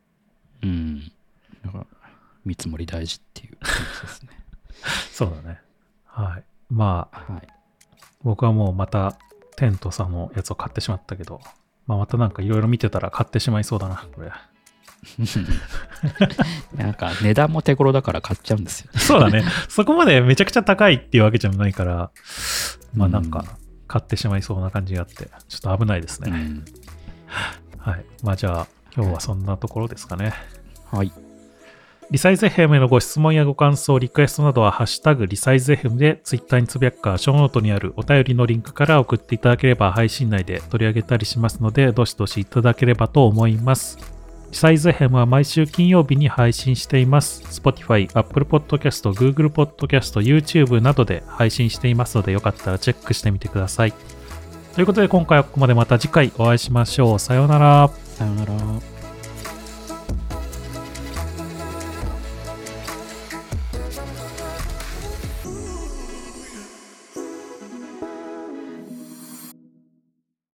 だから見積もり大事っていう感じですね。 そうだね。はい。僕はもうまたテントさんのやつを買ってしまったけど、またいろいろ見てたら買ってしまいそうだな、これ。 値段も手頃だから買っちゃうんですよね。 そうだね。そこまでめちゃくちゃ高いっていうわけじゃないから、買ってしまいそうな感じがあって、ちょっと危ないですね。はい。じゃあ今日はそんなところですかね。 はい。 リサイズ FM へのご質問やご感想、リクエストなどはハッシュタグリサイズ FM でツイッターにつぶやくか、ショーノートにあるお便りのリンクから送っていただければ配信内で取り上げたりしますので、どしどしいただければと思います。リサイズ FM は毎週金曜日に配信しています。Spotify、Apple Podcast、Google Podcast、YouTube などで配信していますので、よかったらチェックしてみてください。ということで今回はここまで。また次回お会いしましょう。さようなら。 さようなら。